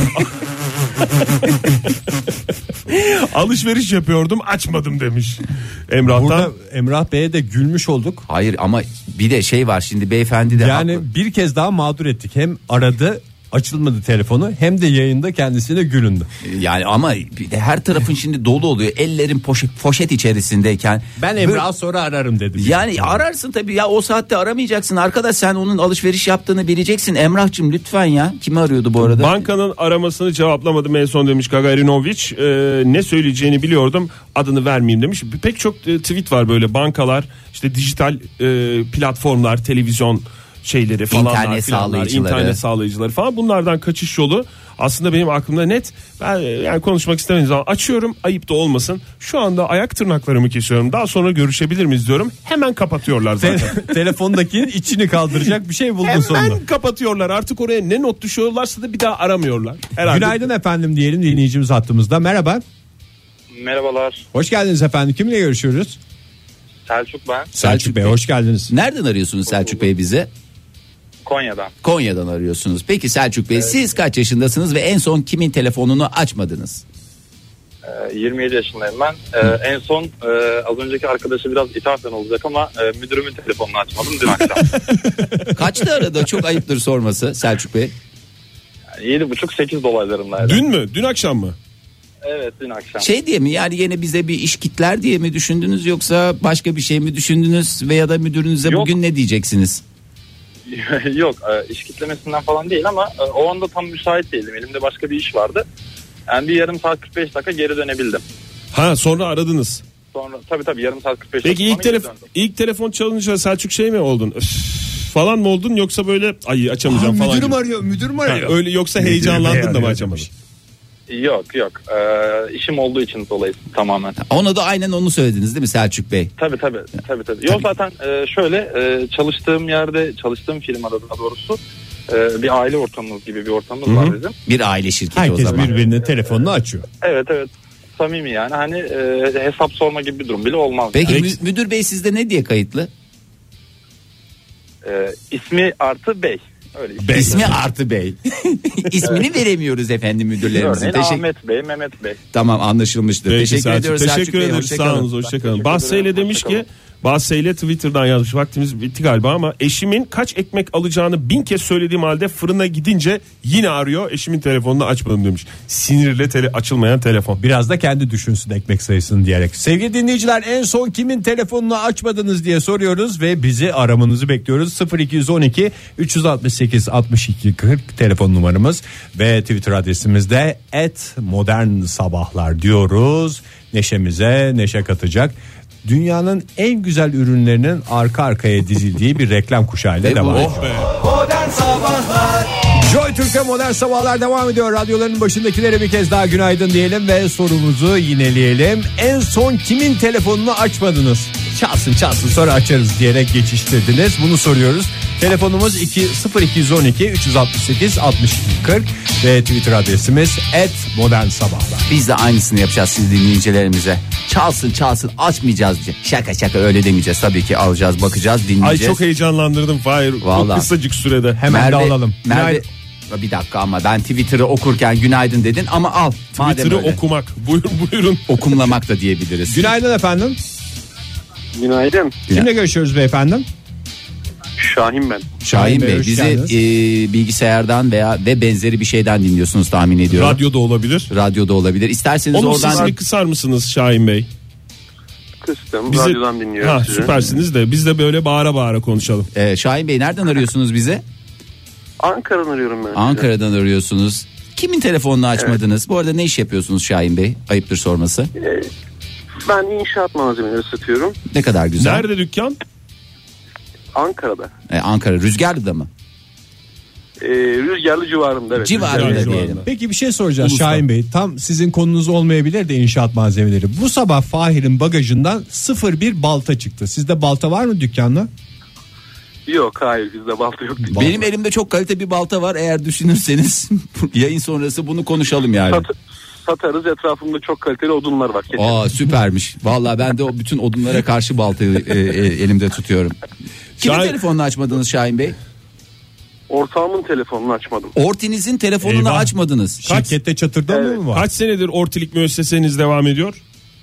Alışveriş yapıyordum, açmadım demiş. Emrah'tan. Burada Emrah Bey'e de gülmüş olduk. Hayır ama bir de şey var, şimdi beyefendi de Yani haklı. bir kez daha mağdur ettik. Hem aradı, açılmadı telefonu, hem de yayında kendisine gülündü. Yani ama bir de her tarafın şimdi dolu oluyor. Ellerin poşet, poşet içerisindeyken. Ben Emrah'ı sonra ararım dedim. Yani ararsın tabii ya, o saatte aramayacaksın. Arkadaş sen onun alışveriş yaptığını bileceksin. Emrah'cığım lütfen ya. Kimi arıyordu bu arada? Bankanın aramasını cevaplamadım en son demiş Gagarinovic. Ee, ne söyleyeceğini biliyordum, adını vermeyeyim demiş. Pek çok e, tweet var böyle, bankalar, işte dijital e, platformlar, televizyon şeyleri falanlar, İnternet filanlar, sağlayıcıları. internet sağlayıcıları falan, bunlardan kaçış yolu aslında benim aklımda net. Ben e, yani konuşmak istemediğim zaman açıyorum, ayıp da olmasın. Şu anda ayak tırnaklarımı kesiyorum, daha sonra görüşebilir miyiz diyorum. Hemen kapatıyorlar zaten. Te- telefondakinin içini kaldıracak bir şey buldun sonunda. Hemen kapatıyorlar. Artık oraya ne not düşüyorlarsa da bir daha aramıyorlar. Herhalde. Günaydın efendim diyelim, dinleyicimiz hattımızda. Merhaba. Merhabalar, Hoş geldiniz efendim. Kimle görüşüyoruz? Selçuk ben, Selçuk Bey, Bey. hoş geldiniz. Nereden arıyorsunuz Selçuk Bey bize? Konya'dan. Konya'dan arıyorsunuz. Peki Selçuk Bey, siz kaç yaşındasınız ve en son kimin telefonunu açmadınız? Ee, yirmi yedi yaşındayım ben. Ee, en son e, az önceki arkadaşı biraz ithafen olacak ama e, müdürümün telefonunu açmadım dün akşam. Kaçta aradı? Çok ayıptır sorması Selçuk Bey. Yani yedi buçuk sekiz dolaylarındaydı. Dün mü? Dün akşam mı? Evet dün akşam. Şey diye mi, yani yine bize bir iş kitler diye mi düşündünüz, yoksa başka bir şey mi düşündünüz veya da müdürünüze Yok. bugün ne diyeceksiniz? Yok e, iş kitlemesinden falan değil ama e, o anda tam müsait değildim. Elimde başka bir iş vardı. Yani bir yarım saat kırk beş dakika geri dönebildim. Ha, sonra aradınız. Sonra tabii tabii yarım saat kırk beş Peki dakika ilk sonra geri telefon döndüm. ilk telefon çalınca Selçuk şey mi oldun? Öf falan mı oldun, yoksa böyle ay açamayacağım falan müdürüm gibi. arıyor, müdürüm Ha, arıyor. öyle yoksa Müdürüm heyecanlandın da arıyor mı açamadın? demiş. Yok yok e, işim olduğu için dolayı tamamen. Ona da aynen onu söylediniz değil mi Selçuk Bey? Tabii tabii tabii tabii. Yok zaten e, şöyle e, çalıştığım yerde, çalıştığım firmada daha doğrusu e, bir aile ortamımız gibi bir ortamımız var bizim. Bir aile şirketi o Herkes zaman. birbirinin telefonunu açıyor. Evet evet. Samimi yani hani e, hesap sorma gibi bir durum bile olmaz. Peki Yani. mü- müdür bey sizde ne diye kayıtlı? E, ismi artı bey. Öyle. İsmi artı bey. İsmini veremiyoruz efendim müdürlerimizin. Örneğin Teşekkür. Ahmet Bey, Mehmet Bey. Tamam, anlaşılmıştır. Peki, Teşekkür Selçuk. ediyoruz Teşekkür Selçuk Bey. ederiz. Hoşça Sağ kalın. olun, hoşçakalın. Teşekkür Bahseyle ederim, demiş hoşça ki, Bahseyle Twitter'dan yazmış. Vaktimiz bitti galiba ama eşimin kaç ekmek alacağını bin kez söylediğim halde fırına gidince yine arıyor. Eşimin telefonunu açmadım demiş. Sinirle tele, açılmayan telefon. Biraz da kendi düşünsün ekmek sayısını diyerek. Sevgili dinleyiciler, en son kimin telefonunu açmadınız diye soruyoruz ve bizi aramanızı bekliyoruz. sıfır iki on iki üç altı sekiz altmış iki kırk telefon numaramız ve Twitter adresimizde et modern sabahlar diyoruz. Neşemize neşe katacak dünyanın en güzel ürünlerinin arka arkaya dizildiği bir reklam kuşağıyla devam ediyor. Oh be. Modern Sabahlar. Joy Türk'te modern sabahlar devam ediyor. Radyoların başındakilere bir kez daha günaydın diyelim ve sorumuzu yineleyelim. En son kimin telefonunu açmadınız? Çalsın çalsın sonra açarız diyerek geçiştirdiniz. Bunu soruyoruz. Telefonumuz iki sıfır iki on iki üç altı sekiz altmış iki kırk ve Twitter adresimiz et modern sabahlar. Biz de aynısını yapacağız siz dinleyicilerimize. Çalsın çalsın açmayacağız diye. Şaka şaka öyle demeyeceğiz. Tabii ki alacağız, bakacağız, Ay dinleyeceğiz. çok heyecanlandırdım Fahir. Vallahi. Bu kısacık sürede. Hemen de alalım. Merve, Günaydın. bir dakika ama ben Twitter'ı okurken günaydın dedin ama al. Madem Twitter'ı öyle. okumak. Buyurun buyurun. Okumlamak da diyebiliriz. Günaydın efendim. Günaydın. Kimle görüşüyoruz beyefendim? Şahin ben. Şahin Bey hoş bizi geldiniz. e, bilgisayardan veya ve benzeri bir şeyden dinliyorsunuz tahmin ediyorum. Radyoda olabilir. Radyoda olabilir. İsterseniz Onun oradan sesini kısar mısınız Şahin Bey? Kıstım. Bizi- Radyodan dinliyorum Ha, sizi. süpersiniz de biz de böyle bağıra bağıra konuşalım. e, Şahin Bey nereden arıyorsunuz bizi? Ankara'dan arıyorum ben. sizi. Ankara'dan arıyorsunuz. Kimin telefonunu açmadınız? Bu arada ne iş yapıyorsunuz Şahin Bey? Ayıptır sorması. Ee, Ben inşaat malzemeleri satıyorum. Ne kadar güzel. Nerede dükkan? Ankara'da. E, Ankara Rüzgarlı'da mı? Ee, Rüzgarlı civarında. Evet. Civarında Rüzgarlı diyelim. civarında. Peki bir şey soracağız Ulus'ta. Şahin Bey. Tam sizin konunuz olmayabilir de inşaat malzemeleri. Bu sabah Fahir'in bagajından sıfır bir balta çıktı. Sizde balta var mı dükkanda? Yok hayır bizde balta yok. Benim elimde çok kalite bir balta var. Eğer düşünürseniz yayın sonrası bunu konuşalım yani. Sat- satarız, etrafımda çok kaliteli odunlar var. Kesin. Aa süpermiş. Vallahi ben de o bütün odunlara karşı baltayı e, e, elimde tutuyorum. Kimin Şahin- telefonunu açmadınız Şahin Bey? Ortağımın telefonunu açmadım. Ortinizin telefonunu Eyvah. açmadınız. Şirkette çatırdan Evet. mı var? Kaç senedir ortilik müesseseniz devam ediyor?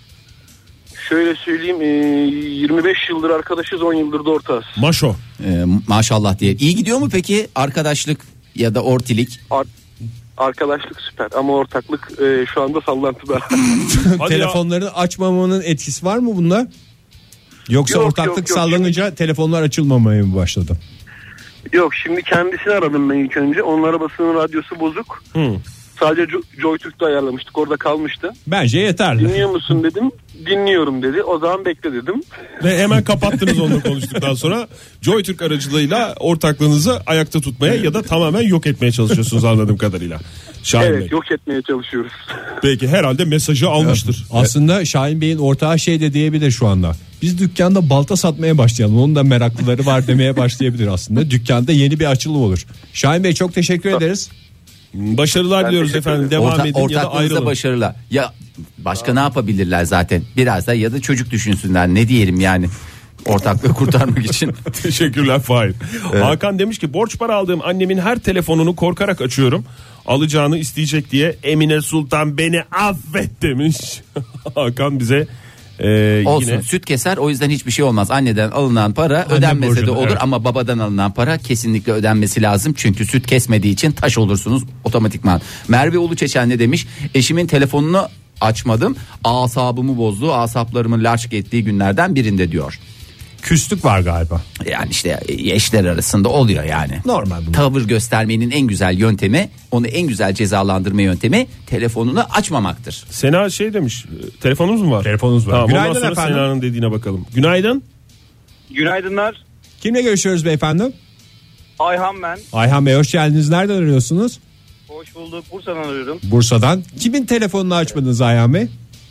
Şöyle söyleyeyim, e, yirmi beş yıldır arkadaşız, on yıldır da ortağız. Maşo. Ee, maşallah diye. İyi gidiyor mu peki arkadaşlık ya da ortilik? Ar- arkadaşlık süper ama ortaklık e, şu anda sallantıda. Hadi Telefonları açmamanın etkisi var mı bunda? Yoksa Yok, ortaklık yok, yok. sallanınca telefonlar açılmamaya mı başladı? Yok, şimdi kendisini aradım ben ilk önce. Onun arabasının radyosu bozuk. Hı. Sadece Jo- JoyTürk'te ayarlamıştık, orada kalmıştı. Bence yeterli. Dinliyor musun dedim. Dinliyorum dedi. O zaman bekle dedim. Ve hemen kapattınız onunla konuştuktan sonra JoyTürk aracılığıyla ortaklığınızı ayakta tutmaya ya da tamamen yok etmeye çalışıyorsunuz anladığım kadarıyla. Şahin Evet, Bey. yok etmeye çalışıyoruz. Peki herhalde mesajı almıştır. Aslında Şahin Bey'in ortağı şey de diyebilir şu anda. Biz dükkanda balta satmaya başlayalım. Onun da meraklıları var demeye başlayabilir aslında. Dükkanda yeni bir açılım olur. Şahin Bey çok teşekkür ederiz. Başarılar Ben diliyoruz teşekkür efendim. ederim. Devam Orta, edin ya da ortaklığınıza ayrılın. başarılar. Ya başka ne yapabilirler zaten? Biraz da ya da çocuk düşünsünler. Ne diyelim yani? Ortaklığı kurtarmak için. Teşekkürler Fahir. Hakan demiş ki borç para aldığım annemin her telefonunu korkarak açıyorum. Alacağını isteyecek diye Emine Sultan beni affet demiş. Hakan bize e, Olsun yine süt keser o yüzden hiçbir şey olmaz. Anneden alınan para Anne ödenmese de borcunu, olur evet. ama babadan alınan para kesinlikle ödenmesi lazım. Çünkü süt kesmediği için taş olursunuz otomatikman. Merve Uluçeçen ne demiş? Eşimin telefonunu açmadım. Asabımı bozdu. Asaplarımın larç ettiği günlerden birinde diyor. Küslük var galiba. Yani işte eşler arasında oluyor yani. Normal bunlar. Tavır göstermenin en güzel yöntemi, onu en güzel cezalandırma yöntemi telefonunu açmamaktır. Sena şey demiş. e, Telefonumuz mu var? Telefonumuz var. Tamam, Günaydın ondan sonra efendim. Sena'nın dediğine bakalım. Günaydın. Günaydınlar. Kimle görüşüyoruz beyefendi? Ayhan ben. Ayhan Bey hoş geldiniz. Nereden arıyorsunuz? Hoş bulduk. Bursa'dan arıyorum. Bursa'dan. Kimin telefonunu açmadınız Ayhan Bey?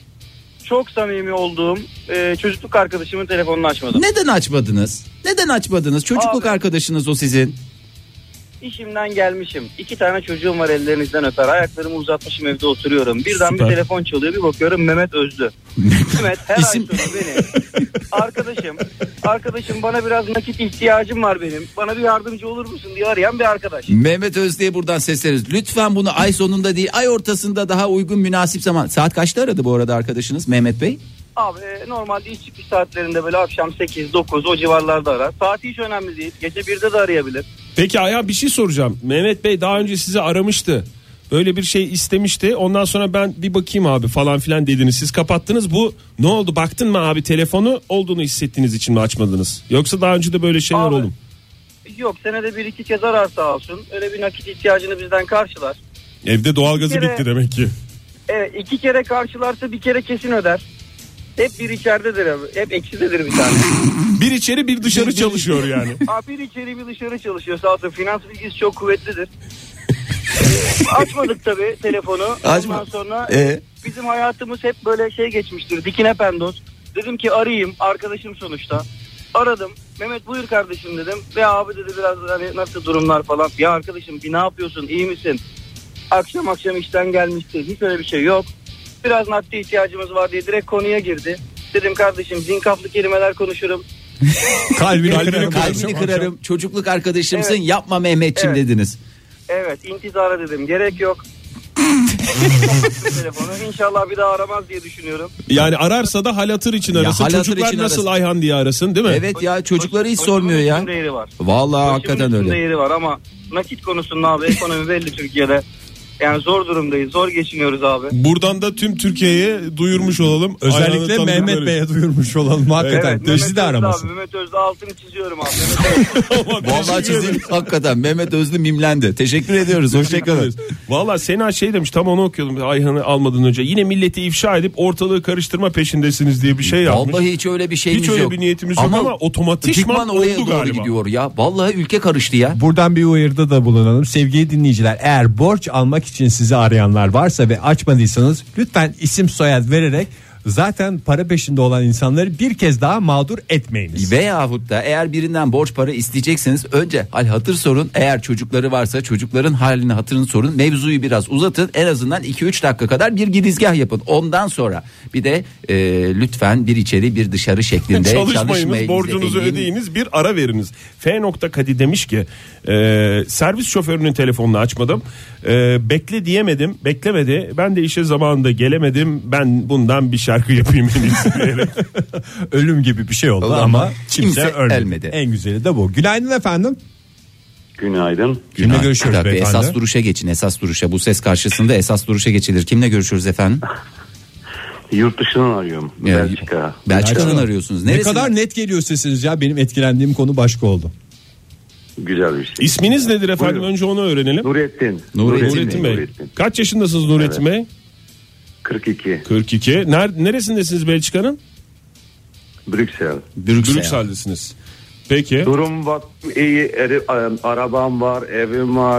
Çok samimi olduğum e, çocukluk arkadaşımın telefonunu açmadım. Neden açmadınız? Neden açmadınız? Çocukluk Abi. arkadaşınız o sizin. İşimden gelmişim. İki tane çocuğum var, ellerinizden öper. Ayaklarımı uzatmışım, evde oturuyorum. Birden Süper. bir telefon çalıyor, bir bakıyorum Mehmet Özlü. Mehmet her İsim- ay sonu beni. Arkadaşım, arkadaşım bana biraz nakit ihtiyacım var benim. Bana bir yardımcı olur musun diye arayan bir arkadaş. Mehmet Özde'ye buradan sesleriz. Lütfen bunu ay sonunda değil ay ortasında daha uygun münasip zaman. Saat kaçta aradı bu arada arkadaşınız Mehmet Bey? Abi e, normalde iş çıkış saatlerinde böyle akşam sekiz dokuz o civarlarda arar. Saati hiç önemli değil. Gece birde de arayabilir. Peki Ayhan bir şey soracağım. Mehmet Bey daha önce sizi aramıştı. Böyle bir şey istemişti. Ondan sonra ben bir bakayım abi falan filan dediniz. Siz kapattınız. Bu ne oldu? Baktın mı abi telefonu olduğunu hissettiğiniz için mi açmadınız? Yoksa daha önce de böyle şeyler Abi, oldu mu? Yok, senede bir iki kez arar sağ olsun. Öyle bir nakit ihtiyacını bizden karşılar. Evde doğalgazı Bir kere- bitti demek ki. Evet, iki kere karşılarsa bir kere kesin öder. hep bir içeridedir abi. Hep eksidedir bir tane. Bir içeri bir dışarı çalışıyor yani. Abi bir içeri bir dışarı çalışıyor sağ olsun. Finans bilgisi çok kuvvetlidir. Açmadık tabii telefonu. Açma. Ondan sonra Ee? bizim hayatımız hep böyle şey geçmiştir. Dikine pendos. Dedim ki arayayım, arkadaşım sonuçta. Aradım. Mehmet buyur kardeşim dedim. Ve abi dedi biraz hani nasıl durumlar falan. Ya arkadaşım bir ne yapıyorsun, iyi misin? Akşam akşam işten gelmişti. Hiç öyle bir şey yok. Biraz nakdi ihtiyacımız var diye direkt konuya girdi. Dedim kardeşim zinkaflı kelimeler konuşurum. Kalbini, Kalbini, kırarım. kalbini kırarım. Çocukluk arkadaşımsın. Evet. Yapma Mehmetçim Evet. dediniz. Evet, intizara dedim. Gerek yok. Telefonu. İnşallah bir daha aramaz diye düşünüyorum. Yani ararsa da hal hatır için Ya, arasın. hal hatır Çocuklar için nasıl arasın. Ayhan diye arasın değil mi? Evet ya, çocukları hiç Başımın sormuyor ya. üstünde yeri var. Vallahi Başımın hakikaten üstünde öyle. yeri var ama nakit konusunda abi ekonomi belli Türkiye'de. Yani zor durumdayız. Zor geçiniyoruz abi. Buradan da tüm Türkiye'ye duyurmuş olalım. Özellikle Ayhan'ı Mehmet tanıdıkları. Bey'e duyurmuş olalım. Hakikaten. Evet, Döşü Mehmet de Özlü aramasın. abi. Mehmet Özlü altını çiziyorum abi. Mehmet Özlü. Vallahi çizim hakikaten Mehmet Özlü mimlendi. Teşekkür ediyoruz. Hoşçakalın. Valla Sena şey demiş, tam onu okuyordum Ayhan'ı almadan önce. Yine milleti ifşa edip ortalığı karıştırma peşindesiniz diye bir şey yapmış. Vallahi hiç öyle bir şeyimiz Hiç öyle yok. bir niyetimiz yok ama otomatikman oraya oldu doğru galiba. gidiyor ya. Vallahi ülke karıştı ya. Buradan bir uyarıda da bulunalım. Sevgili dinleyiciler, eğer borç almak için sizi arayanlar varsa ve açmadıysanız lütfen isim soyad vererek zaten para peşinde olan insanları bir kez daha mağdur etmeyiniz. Veyahut da eğer birinden borç para isteyecekseniz önce hal hatır sorun. Eğer çocukları varsa çocukların halini hatırını sorun. Mevzuyu biraz uzatın. En azından iki üç dakika kadar bir girizgah yapın. Ondan sonra bir de e, lütfen bir içeri bir dışarı şeklinde Çalışmayınız, çalışmayınız borcunuzu efendim. ödeyiniz, bir ara veriniz. F. Kadi demiş ki e, servis şoförünün telefonunu açmadım. E, bekle diyemedim, beklemedi. Ben de işe zamanında gelemedim. Ben bundan bir şarkı yapayım en iyisi diyerek. Ölüm gibi bir şey oldu Oldu ama ama kimse, kimse ölmedi. ölmedi. En güzeli de bu. Günaydın efendim. Günaydın. Kimle Bir görüşüyoruz dakika, beyefendi? esas duruşa geçin, esas duruşa. Bu ses karşısında esas duruşa geçilir. Kimle görüşüyoruz efendim? Yurt dışından arıyorum. Ya, Belçika. Belçika'dan arıyorsunuz. Ne Neresinden? kadar net geliyor sesiniz ya. Benim etkilendiğim konu başka oldu. Güzel bir şey. İsminiz nedir efendim? Buyurun. Önce onu öğrenelim. Nurettin. Nurettin Nurettin Bey. Nurettin. Kaç yaşındasınız Nurettin Bey? kırk iki. kırk iki. Ner- neresindesiniz Belçika'nın? Brüksel. Brüksel. Brüksel'desiniz. Peki. Durum bak iyi. eri- arabam var, evim var.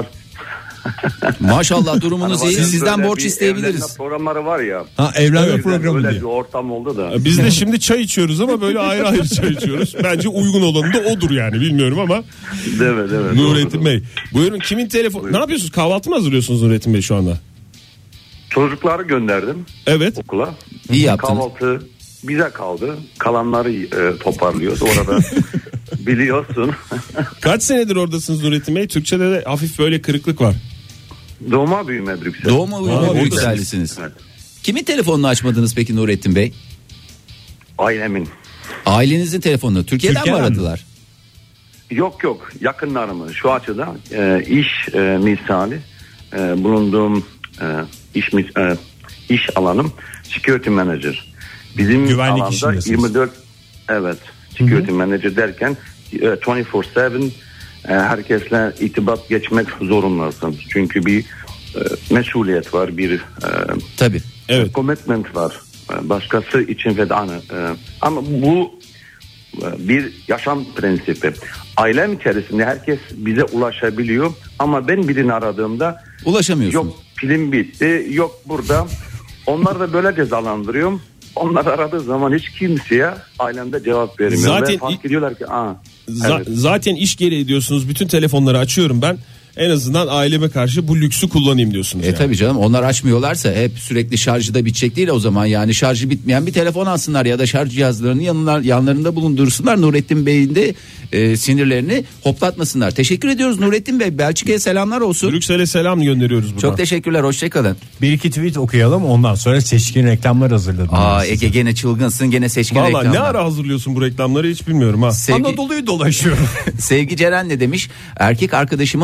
Maşallah durumunuz Hani iyi. var ya, Sizden böyle borç bir isteyebiliriz. evlenme programları var ya. Ha, evlenme Öyle- programı Öyle diye. bir ortam oldu da. Biz de şimdi çay içiyoruz ama böyle ayrı ayrı çay içiyoruz. Bence uygun olanı da odur yani, bilmiyorum ama. Değil mi? Değil mi? Nurettin Doğru. Bey. Buyurun, kimin telefonu? Ne yapıyorsunuz? Kahvaltı mı hazırlıyorsunuz Nurettin Bey şu anda? Çocukları gönderdim Evet. okula. İyi yaptınız. Kahvaltı bize kaldı. Kalanları e, toparlıyoruz. Orada biliyorsun. Kaç senedir oradasınız Nurettin Bey? Türkçe'de de hafif böyle kırıklık var. Doğma büyüme Brüksel. Doğma Aa, uyuma orada. Brüksel'lisiniz. Evet. Kimin telefonunu açmadınız peki Nurettin Bey? Ailemin. Ailenizin telefonunu. Türkiye'den, Türkiye'den mi mi? aradılar? Yok yok yakınlarımı şu açıdan e, iş e, misali e, bulunduğum e, iş mis- e, iş alanım security manager. Bizim Güvenlik alanda işindesiniz. yirmi dört evet security manager derken e, yirmi dört yedi e, herkesle irtibat geçmek zorundasın. Çünkü bir e, mesuliyet var, bir e, Tabii. Evet. commitment var. E, Başkası için fedanı. E, ama bu e, bir yaşam prensibi. Ailem içerisinde herkes bize ulaşabiliyor ama ben birini aradığımda Ulaşamıyorsunuz. yok pilim bitti, yok burada. Onları da böyle cezalandırıyorum. Onlar aradığı zaman hiç kimseye ailemde cevap vermiyor. Zaten Ve fark ediyorlar ki aa, Z- evet. Zaten iş gereği diyorsunuz, bütün telefonları açıyorum ben. En azından aileme karşı bu lüksü kullanayım diyorsunuz. E yani. tabii canım, onlar açmıyorlarsa hep sürekli şarjı da bitecek değil o zaman, yani şarjı bitmeyen bir telefon alsınlar ya da şarj cihazlarını yanlar, yanlarında bulundursunlar. Nurettin Bey'in de e, sinirlerini hoplatmasınlar. Teşekkür ediyoruz Nurettin Bey. Belçika'ya selamlar olsun. Brüksel'e selam gönderiyoruz buradan. Çok teşekkürler, hoşçakalın. Bir iki tweet okuyalım, ondan sonra seçkin reklamlar hazırladım. Aa ben size. Ege gene çılgınsın, gene seçkin Valla reklamlar. ne ara hazırlıyorsun bu reklamları hiç bilmiyorum ha. Sevgi, Anadolu'yu dolaşıyorum. Sevgi Ceren ne demiş? Erkek arkadaşımın annesi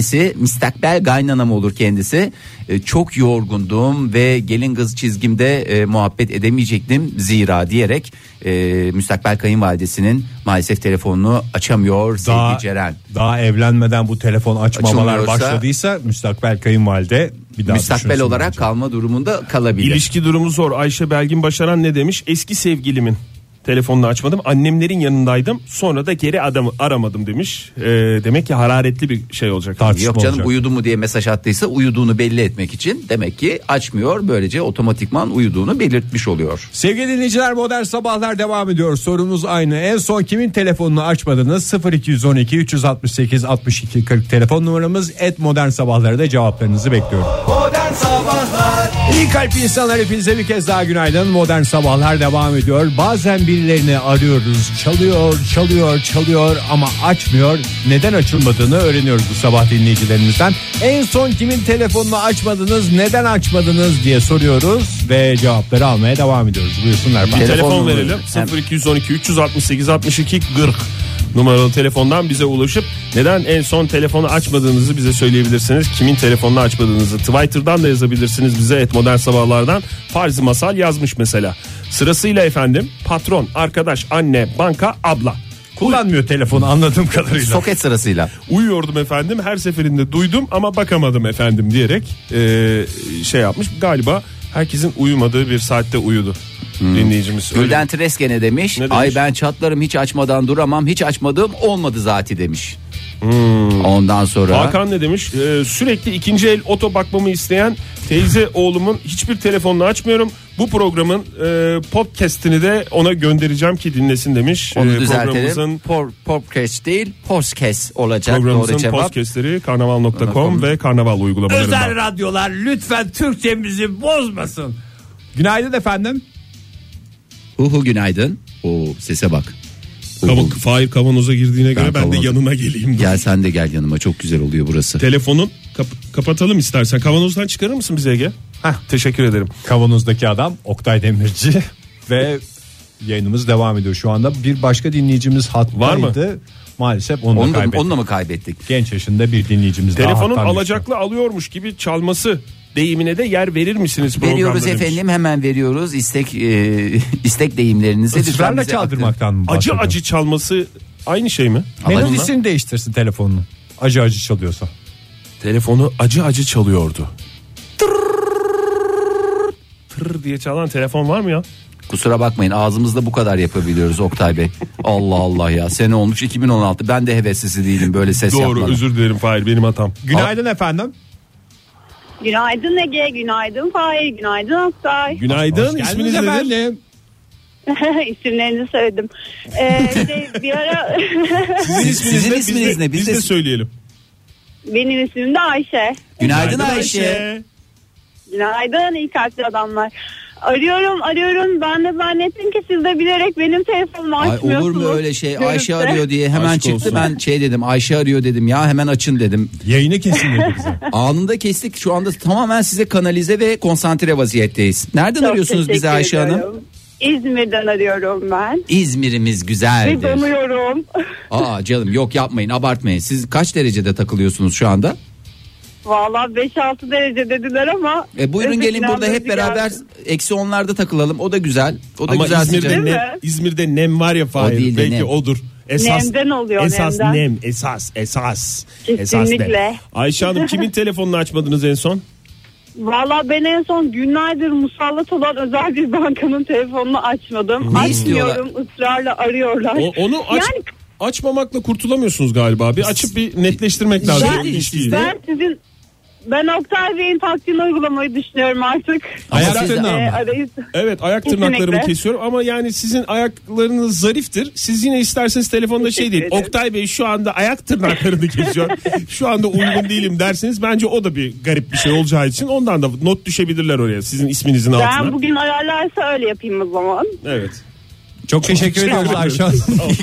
annesi, müstakbel kaynanam olur kendisi. E, çok yorgundum ve gelin kız çizgimde e, muhabbet edemeyecektim zira diyerek e, müstakbel kayınvalidesinin maalesef telefonunu açamıyor sevgili Daha, Ceren. daha evlenmeden bu telefon açmamalar Açılmıyorsa- başladıysa müstakbel kayınvalide bir daha Müstakbel düşünsün olarak bence. kalma durumunda kalabilir. İlişki durumu zor. Ayşe Belgin Başaran ne demiş? Eski sevgilimin telefonunu açmadım. Annemlerin yanındaydım. Sonra da geri adamı aramadım demiş. Ee, demek ki hararetli bir şey olacak. Tartışma Yok canım olacak. uyudu mu diye mesaj attıysa uyuduğunu belli etmek için demek ki açmıyor. Böylece otomatikman uyuduğunu belirtmiş oluyor. Sevgili dinleyiciler, Modern Sabahlar devam ediyor. Sorumuz aynı. En son kimin telefonunu açmadınız? sıfır iki on iki üç altı sekiz altmış iki kırk telefon numaramız. Et Modern Sabahlar'da da cevaplarınızı bekliyorum. Modern Sabahlar. İyi kalp insanlar, hepinize bir kez daha günaydın. Modern Sabahlar devam ediyor. Bazen birilerini arıyoruz. Çalıyor, çalıyor, çalıyor ama açmıyor. Neden açılmadığını öğreniyoruz bu sabah dinleyicilerimizden. En son kimin telefonunu açmadınız, neden açmadınız diye soruyoruz ve cevapları almaya devam ediyoruz. Buyursunlar. Telefon, Telefon verelim. numarası. sıfır iki on iki üç altı sekiz altmış iki kırk numaralı telefondan bize ulaşıp neden en son telefonu açmadığınızı bize söyleyebilirsiniz. Kimin telefonunu açmadığınızı Twitter'dan da yazabilirsiniz bize. Et Modern Sabahlar'dan Farzi Masal yazmış mesela. Sırasıyla efendim patron, arkadaş, anne, banka, abla. Kullanmıyor telefonu anladığım kadarıyla. Soket sırasıyla. Uyuyordum efendim, her seferinde duydum ama bakamadım efendim diyerek e, şey yapmış. Galiba herkesin uyumadığı bir saatte uyudu dinleyicimiz. Öyle. Gülden Treske ne demiş? Ne demiş? Ay ben çatlarım, hiç açmadan duramam, hiç açmadığım olmadı zaten demiş. Ondan sonra Hakan ne demiş? Ee, sürekli ikinci el oto bakmamı isteyen teyze oğlumun hiçbir telefonunu açmıyorum. Bu programın e, podcast'ini de ona göndereceğim ki dinlesin demiş. onu Ee, düzeltelim. Programımızın, Por, podcast değil, podcast olacak. Doğru programımızın cevap. podcast'leri karnaval nokta com ve karnaval uygulamalarında. Özel radyolar lütfen Türkçemizi bozmasın. Günaydın efendim. Uhu günaydın. Oo sese bak. Kav- Fahir kavanoza girdiğine göre ben, de kavanoz- yanına geleyim. Gel sen de gel yanıma, çok güzel oluyor burası. Telefonun kap- kapatalım istersen. Kavanozdan çıkarır mısın bize Ege? Heh, teşekkür ederim. Kavanozdaki adam Oktay Demirci ve yayınımız devam ediyor şu anda. Bir başka dinleyicimiz hattaydı. Var mı? Maalesef onu, Onu da da, kaybettik. onunla mı kaybettik? Genç yaşında bir dinleyicimiz daha Telefonun hattan alacaklı alıyormuş gibi çalması deyimine de yer verir misiniz programda Veriyoruz demiş. efendim, hemen veriyoruz. İstek e, istek deyimlerinizi düştü. lütfen Israrla bize çaldırmaktan mı Acı bahsediyor? acı çalması aynı şey mi? Melodisini değiştirsin telefonunu. Acı acı çalıyorsa. Telefonu acı acı çalıyordu. Tır diye çalan telefon var mı ya? Kusura bakmayın, ağzımızda bu kadar yapabiliyoruz Oktay Bey. Allah Allah ya, sene olmuş iki bin on altı, ben de heveslisi değilim böyle ses Doğru, yapmana. özür dilerim Fahir, benim hatam. Günaydın efendim. Günaydın Ege, günaydın Fahir, günaydın Oktay. Günaydın, Hoş isminiz geldiniz nedir? efendim. İsimlerini söyledim. Ee, şey, bir ara Sizin isminiz, Sizin ne? isminiz Biz de- ne? Biz Biz de- de söyleyelim. benim ismim de Ayşe. Günaydın Ayşe. Günaydın iyi kalpli adamlar. Arıyorum arıyorum, ben de zannettim ki siz de bilerek benim telefonumu Ay açmıyorsunuz. olur mu öyle şey? Görüp Ayşe de. arıyor diye hemen Aşk çıktı. olsun. Ben şey dedim, Ayşe arıyor dedim ya, hemen açın dedim. Yayını kesin dedi bize. Anında kestik, şu anda tamamen size kanalize ve konsantre vaziyetteyiz. Nereden Çok arıyorsunuz bizi teşekkür Ayşe Hanım? ediyorum. İzmir'den arıyorum ben. İzmir'imiz Ve güzeldir. donuyorum. Aa canım yok, yapmayın, abartmayın. Siz kaç derecede takılıyorsunuz şu anda? Valla beş altı derece dediler ama. E buyurun gelin burada hep beraber geldi. eksi onlarda takılalım. O da güzel. O da Ama güzel İzmir'de, sıcak. Değil nem, mi? İzmir'de nem var ya Fahir. O değil de Belki nem. odur. Esas, Nemden oluyor, esas nemden. nem, esas, esas. Esas nem. Kesinlikle. Ayşe Hanım, kimin telefonunu açmadınız en son? Valla ben en son günlerdir musallat olan özel bir bankanın telefonunu açmadım. Ne Açmıyorum, ısrarla arıyorlar. O, onu aç, Yani açmamakla kurtulamıyorsunuz galiba. Bir açıp bir netleştirmek lazım. Şey ben, değil, İş değil. ben sizin ben Oktay Bey'in taktiğini uygulamayı düşünüyorum artık. Ama Ayak siz de- tırnağı Ee, mı? arayüz. Evet, ayak Kesinlikle. tırnaklarımı kesiyorum ama yani sizin ayaklarınız zariftir. Siz yine isterseniz telefonda şey değil. Teşekkür ederim. Oktay Bey şu anda ayak tırnaklarını kesiyor. Şu anda uygun değilim derseniz bence o da bir garip bir şey olacağı için ondan da not düşebilirler oraya sizin isminizin altına. Ben bugün ararlarsa öyle yapayım o zaman. Evet. Çok teşekkür ediyoruz Ayşe Hanım.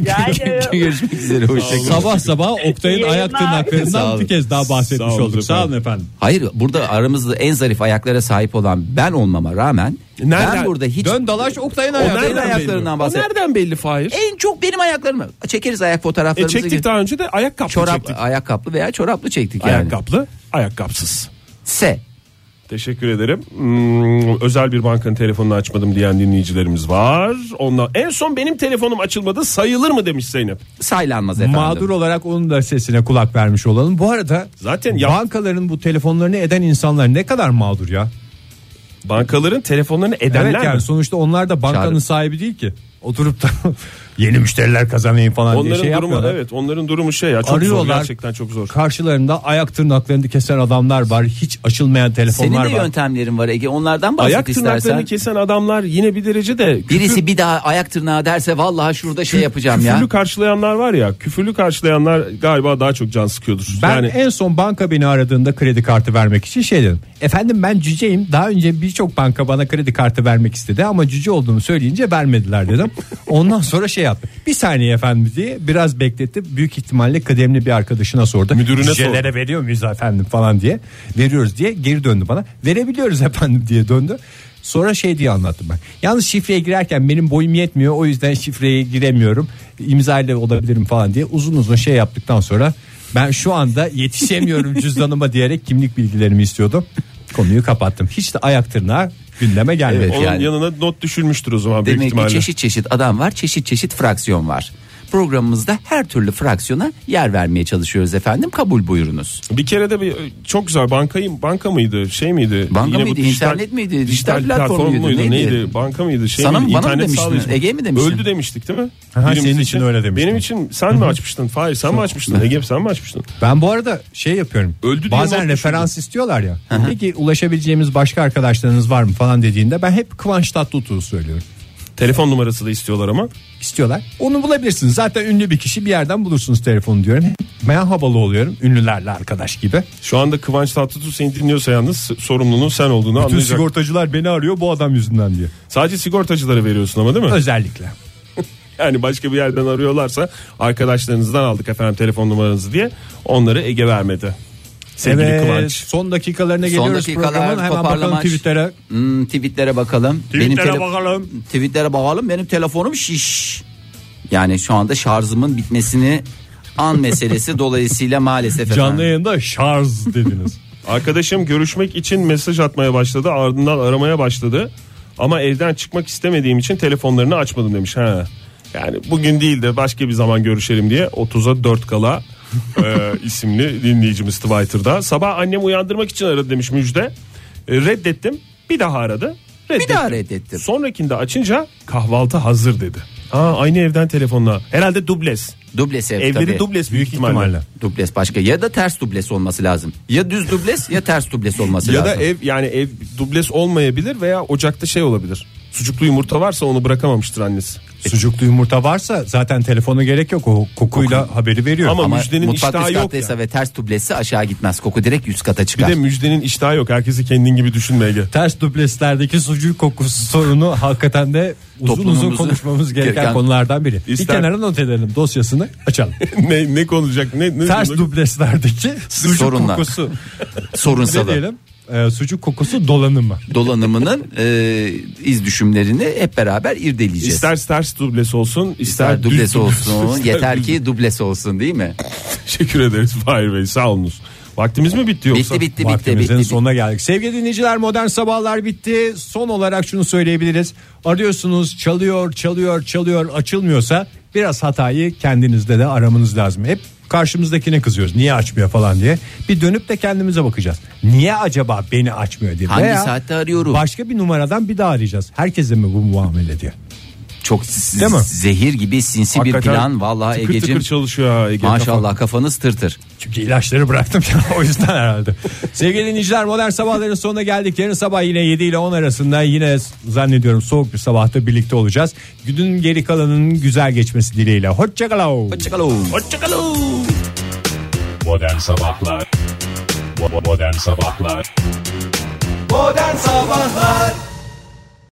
Görüşmek üzere. Hoşçakalın. Sabah sabah Oktay'ın ayak Sağ tırnaklarından olun. bir kez daha bahsetmiş Sağ olun olduk. Sağ olun efendim. Hayır, burada aramızda en zarif ayaklara sahip olan ben olmama rağmen Nereden? ben burada hiç Dön dalaş Oktay'ın Oktay'ın ayaklarından. ayaklarından O bahset. nereden belli Fahir? En çok benim ayaklarım. Çekeriz ayak E fotoğraflarımızı. çektik daha önce de ayak kaplı Çorap, çektik. ayak kaplı veya çoraplı çektik yani. Ayak kaplı, ayak kapsız. S. Teşekkür ederim. Hmm, özel bir bankanın telefonunu açmadım diyen dinleyicilerimiz var. Ondan en son benim telefonum açılmadı sayılır mı demiş Zeynep. Saylanmaz efendim. Mağdur olarak onun da sesine kulak vermiş olalım. Bu arada Zaten yap- bankaların bu telefonlarını eden insanlar ne kadar mağdur ya. Bankaların telefonlarını edenler Evet yani mi? sonuçta onlar da bankanın Çağrı. sahibi değil ki. Oturup da yeni müşteriler kazanayım falan diye Onların şey durumu yapmıyorlar. evet onların durumu şey ya çok Arıyorlar. zor gerçekten çok zor. Karşılarında ayak tırnaklarını kesen adamlar var. Hiç açılmayan telefonlar Senin de var. yöntemlerin var Ege, onlardan bahset Ayak tırnaklarını istersen. kesen adamlar yine bir derece de Birisi bir daha ayak tırnağı derse vallahi şurada şey yapacağım ya. küfürlü karşılayanlar var ya küfürlü karşılayanlar galiba daha çok can sıkıyordur. Ben yani en son banka beni aradığında kredi kartı vermek için şey dedim. Efendim ben cüceyim. Daha önce birçok banka bana kredi kartı vermek istedi ama cüce olduğumu söyleyince vermediler dedim. Ondan sonra şey yaptı. Bir saniye efendim diye biraz bekletti. Büyük ihtimalle kıdemli bir arkadaşına sordu. Müdürüne Cücelere sordu. veriyor muyuz efendim falan diye. Veriyoruz diye geri döndü bana. Verebiliyoruz efendim diye döndü. Sonra şey diye anlattım ben. Yalnız şifreye girerken benim boyum yetmiyor. O yüzden şifreye giremiyorum. İmzayla olabilirim falan diye uzun uzun şey yaptıktan sonra ben şu anda yetişemiyorum cüzdanıma diyerek kimlik bilgilerimi istiyordum. Konuyu kapattım. Hiç de ayak tırnağı gündeme gelmedi. Evet, onun yani. yanına not düşürmüştür o zaman büyük Demek ki ihtimalle. çeşit çeşit adam var, çeşit çeşit fraksiyon var. Programımızda her türlü fraksiyona yer vermeye çalışıyoruz efendim. Kabul buyurunuz. Bir kere de bir çok güzel bankayı banka mıydı şey miydi? Banka Yine bu mıydı, dijital- internet miydi, dijital dijital platform platform muydu, muydu neydi? neydi? Banka mıydı şey Sana miydi? mı, bana mı İnternet demiştin, sağlayıcı. Ege'ye mi demiştin? Öldü demiştik değil mi? Aha, Birimiz senin için öyle demiştim. Benim için sen mi açmıştın? Hayır sen mi açmıştın? Ege sen mi açmıştın? Ben bu arada şey yapıyorum. Öldü diye Bazen not referans istiyorlar ya. Peki ulaşabileceğimiz başka arkadaşlarınız var mı falan dediğinde ben hep Kıvanç Tatlıtuğ'u söylüyorum. Telefon numarası da istiyorlar ama. İstiyorlar. Onu bulabilirsiniz. Zaten ünlü bir kişi bir yerden bulursunuz telefonu diyorum. Ben havalı oluyorum. Ünlülerle arkadaş gibi. Şu anda Kıvanç Tatlıtuğ seni dinliyorsa yalnız sorumlunun sen olduğunu Bütün anlayacak. sigortacılar beni arıyor bu adam yüzünden diye. Sadece sigortacılara veriyorsun ama değil mi? Özellikle. Yani başka bir yerden arıyorlarsa arkadaşlarınızdan aldık efendim telefon numaranızı diye onları Ege vermedi. Sevgili Evet, Kıvanç. son dakikalarına Son geliyoruz dakikalar, programın. Hemen bakalım toparlamaç. Twitter'e. Hmm, tweetlere bakalım. Twitter'e tele- bakalım. Twitter'e bakalım. Benim telefonum şiş. Yani şu anda şarjımın bitmesini an meselesi dolayısıyla maalesef efendim. Canlı yayında şarj dediniz. Arkadaşım görüşmek için mesaj atmaya başladı, ardından aramaya başladı. Ama evden çıkmak istemediğim için telefonlarını açmadım demiş. Ha. Yani bugün değil de başka bir zaman görüşelim diye otuza dört kala e, isimli dinleyicimiz Twitter'da. Sabah annem uyandırmak için aradı demiş Müjde. E, reddettim. Bir daha aradı. Reddettim. Bir daha reddettim. Sonrakinde açınca kahvaltı hazır dedi. Aa, aynı evden telefonla. Herhalde dubles. Dubles ev Evleri tabii. dubles büyük ihtimalle. Dubles başka ya da ters dubles olması lazım. Ya düz dubles ya ters dubles olması Ya lazım. da ev yani ev dubles olmayabilir veya ocakta şey olabilir. Sucuklu yumurta varsa onu bırakamamıştır annesi. Sucuklu yumurta varsa zaten telefona gerek yok. O kokuyla haberi veriyor. Ama Ama Müjde'nin mutfak iştahı üst yok kattaysa ya. ve ters dublesi aşağı gitmez. Koku direkt üst kata Bir çıkar. de Müjde'nin iştahı yok. Herkesi kendin gibi düşünme Ege. Ters dupleslerdeki sucuk kokusu sorunu hakikaten de uzun uzun Toplumumuzu konuşmamız gereken gereken- konulardan biri. Bir İster- kenara not edelim, dosyasını açalım. ne ne konuşacak? Ne, ne Ters ne- dupleslerdeki sucuk Sorunlar. kokusu. Ne Sorunsalı. diyelim? Ee, sucuk kokusu dolanımı. Dolanımının e, iz düşümlerini hep beraber irdeleyeceğiz. İster ters dubles olsun, ister, İster dubles düz olsun, ister yeter düz- ki dubles olsun değil mi? Teşekkür ederiz Fahir Bey, sağ olunuz. Vaktimiz mi bitti yoksa? Bitti bitti bitti Vaktimizin bitti. sonuna geldik. Sevgili dinleyiciler, modern sabahlar bitti. Son olarak şunu söyleyebiliriz. Arıyorsunuz, çalıyor, çalıyor, çalıyor, açılmıyorsa biraz hatayı kendinizde de aramanız lazım. Hep karşımızdakine kızıyoruz. Niye açmıyor falan diye. Bir dönüp de kendimize bakacağız. Niye acaba beni açmıyor diye. Hangi Veya saatte arıyorum? başka bir numaradan bir daha arayacağız. Herkese mi bu muamele diye. Çok z- Değil mi? zehir gibi sinsi bir Hakikaten plan. Vallahi tıkır Ege'cim tıkır çalışıyor ha Ege. maşallah kafanız tırtır. Çünkü ilaçları bıraktım ya, o yüzden herhalde. Sevgili dinleyiciler, modern sabahların sonuna geldik. Yarın sabah yine yedi ile on arasında yine zannediyorum soğuk bir sabahta birlikte olacağız. Günün geri kalanının güzel geçmesi dileğiyle. Hoşçakalın. Hoşçakalın. Hoşçakalın. Modern Sabahlar Bo- Modern Sabahlar Modern Sabahlar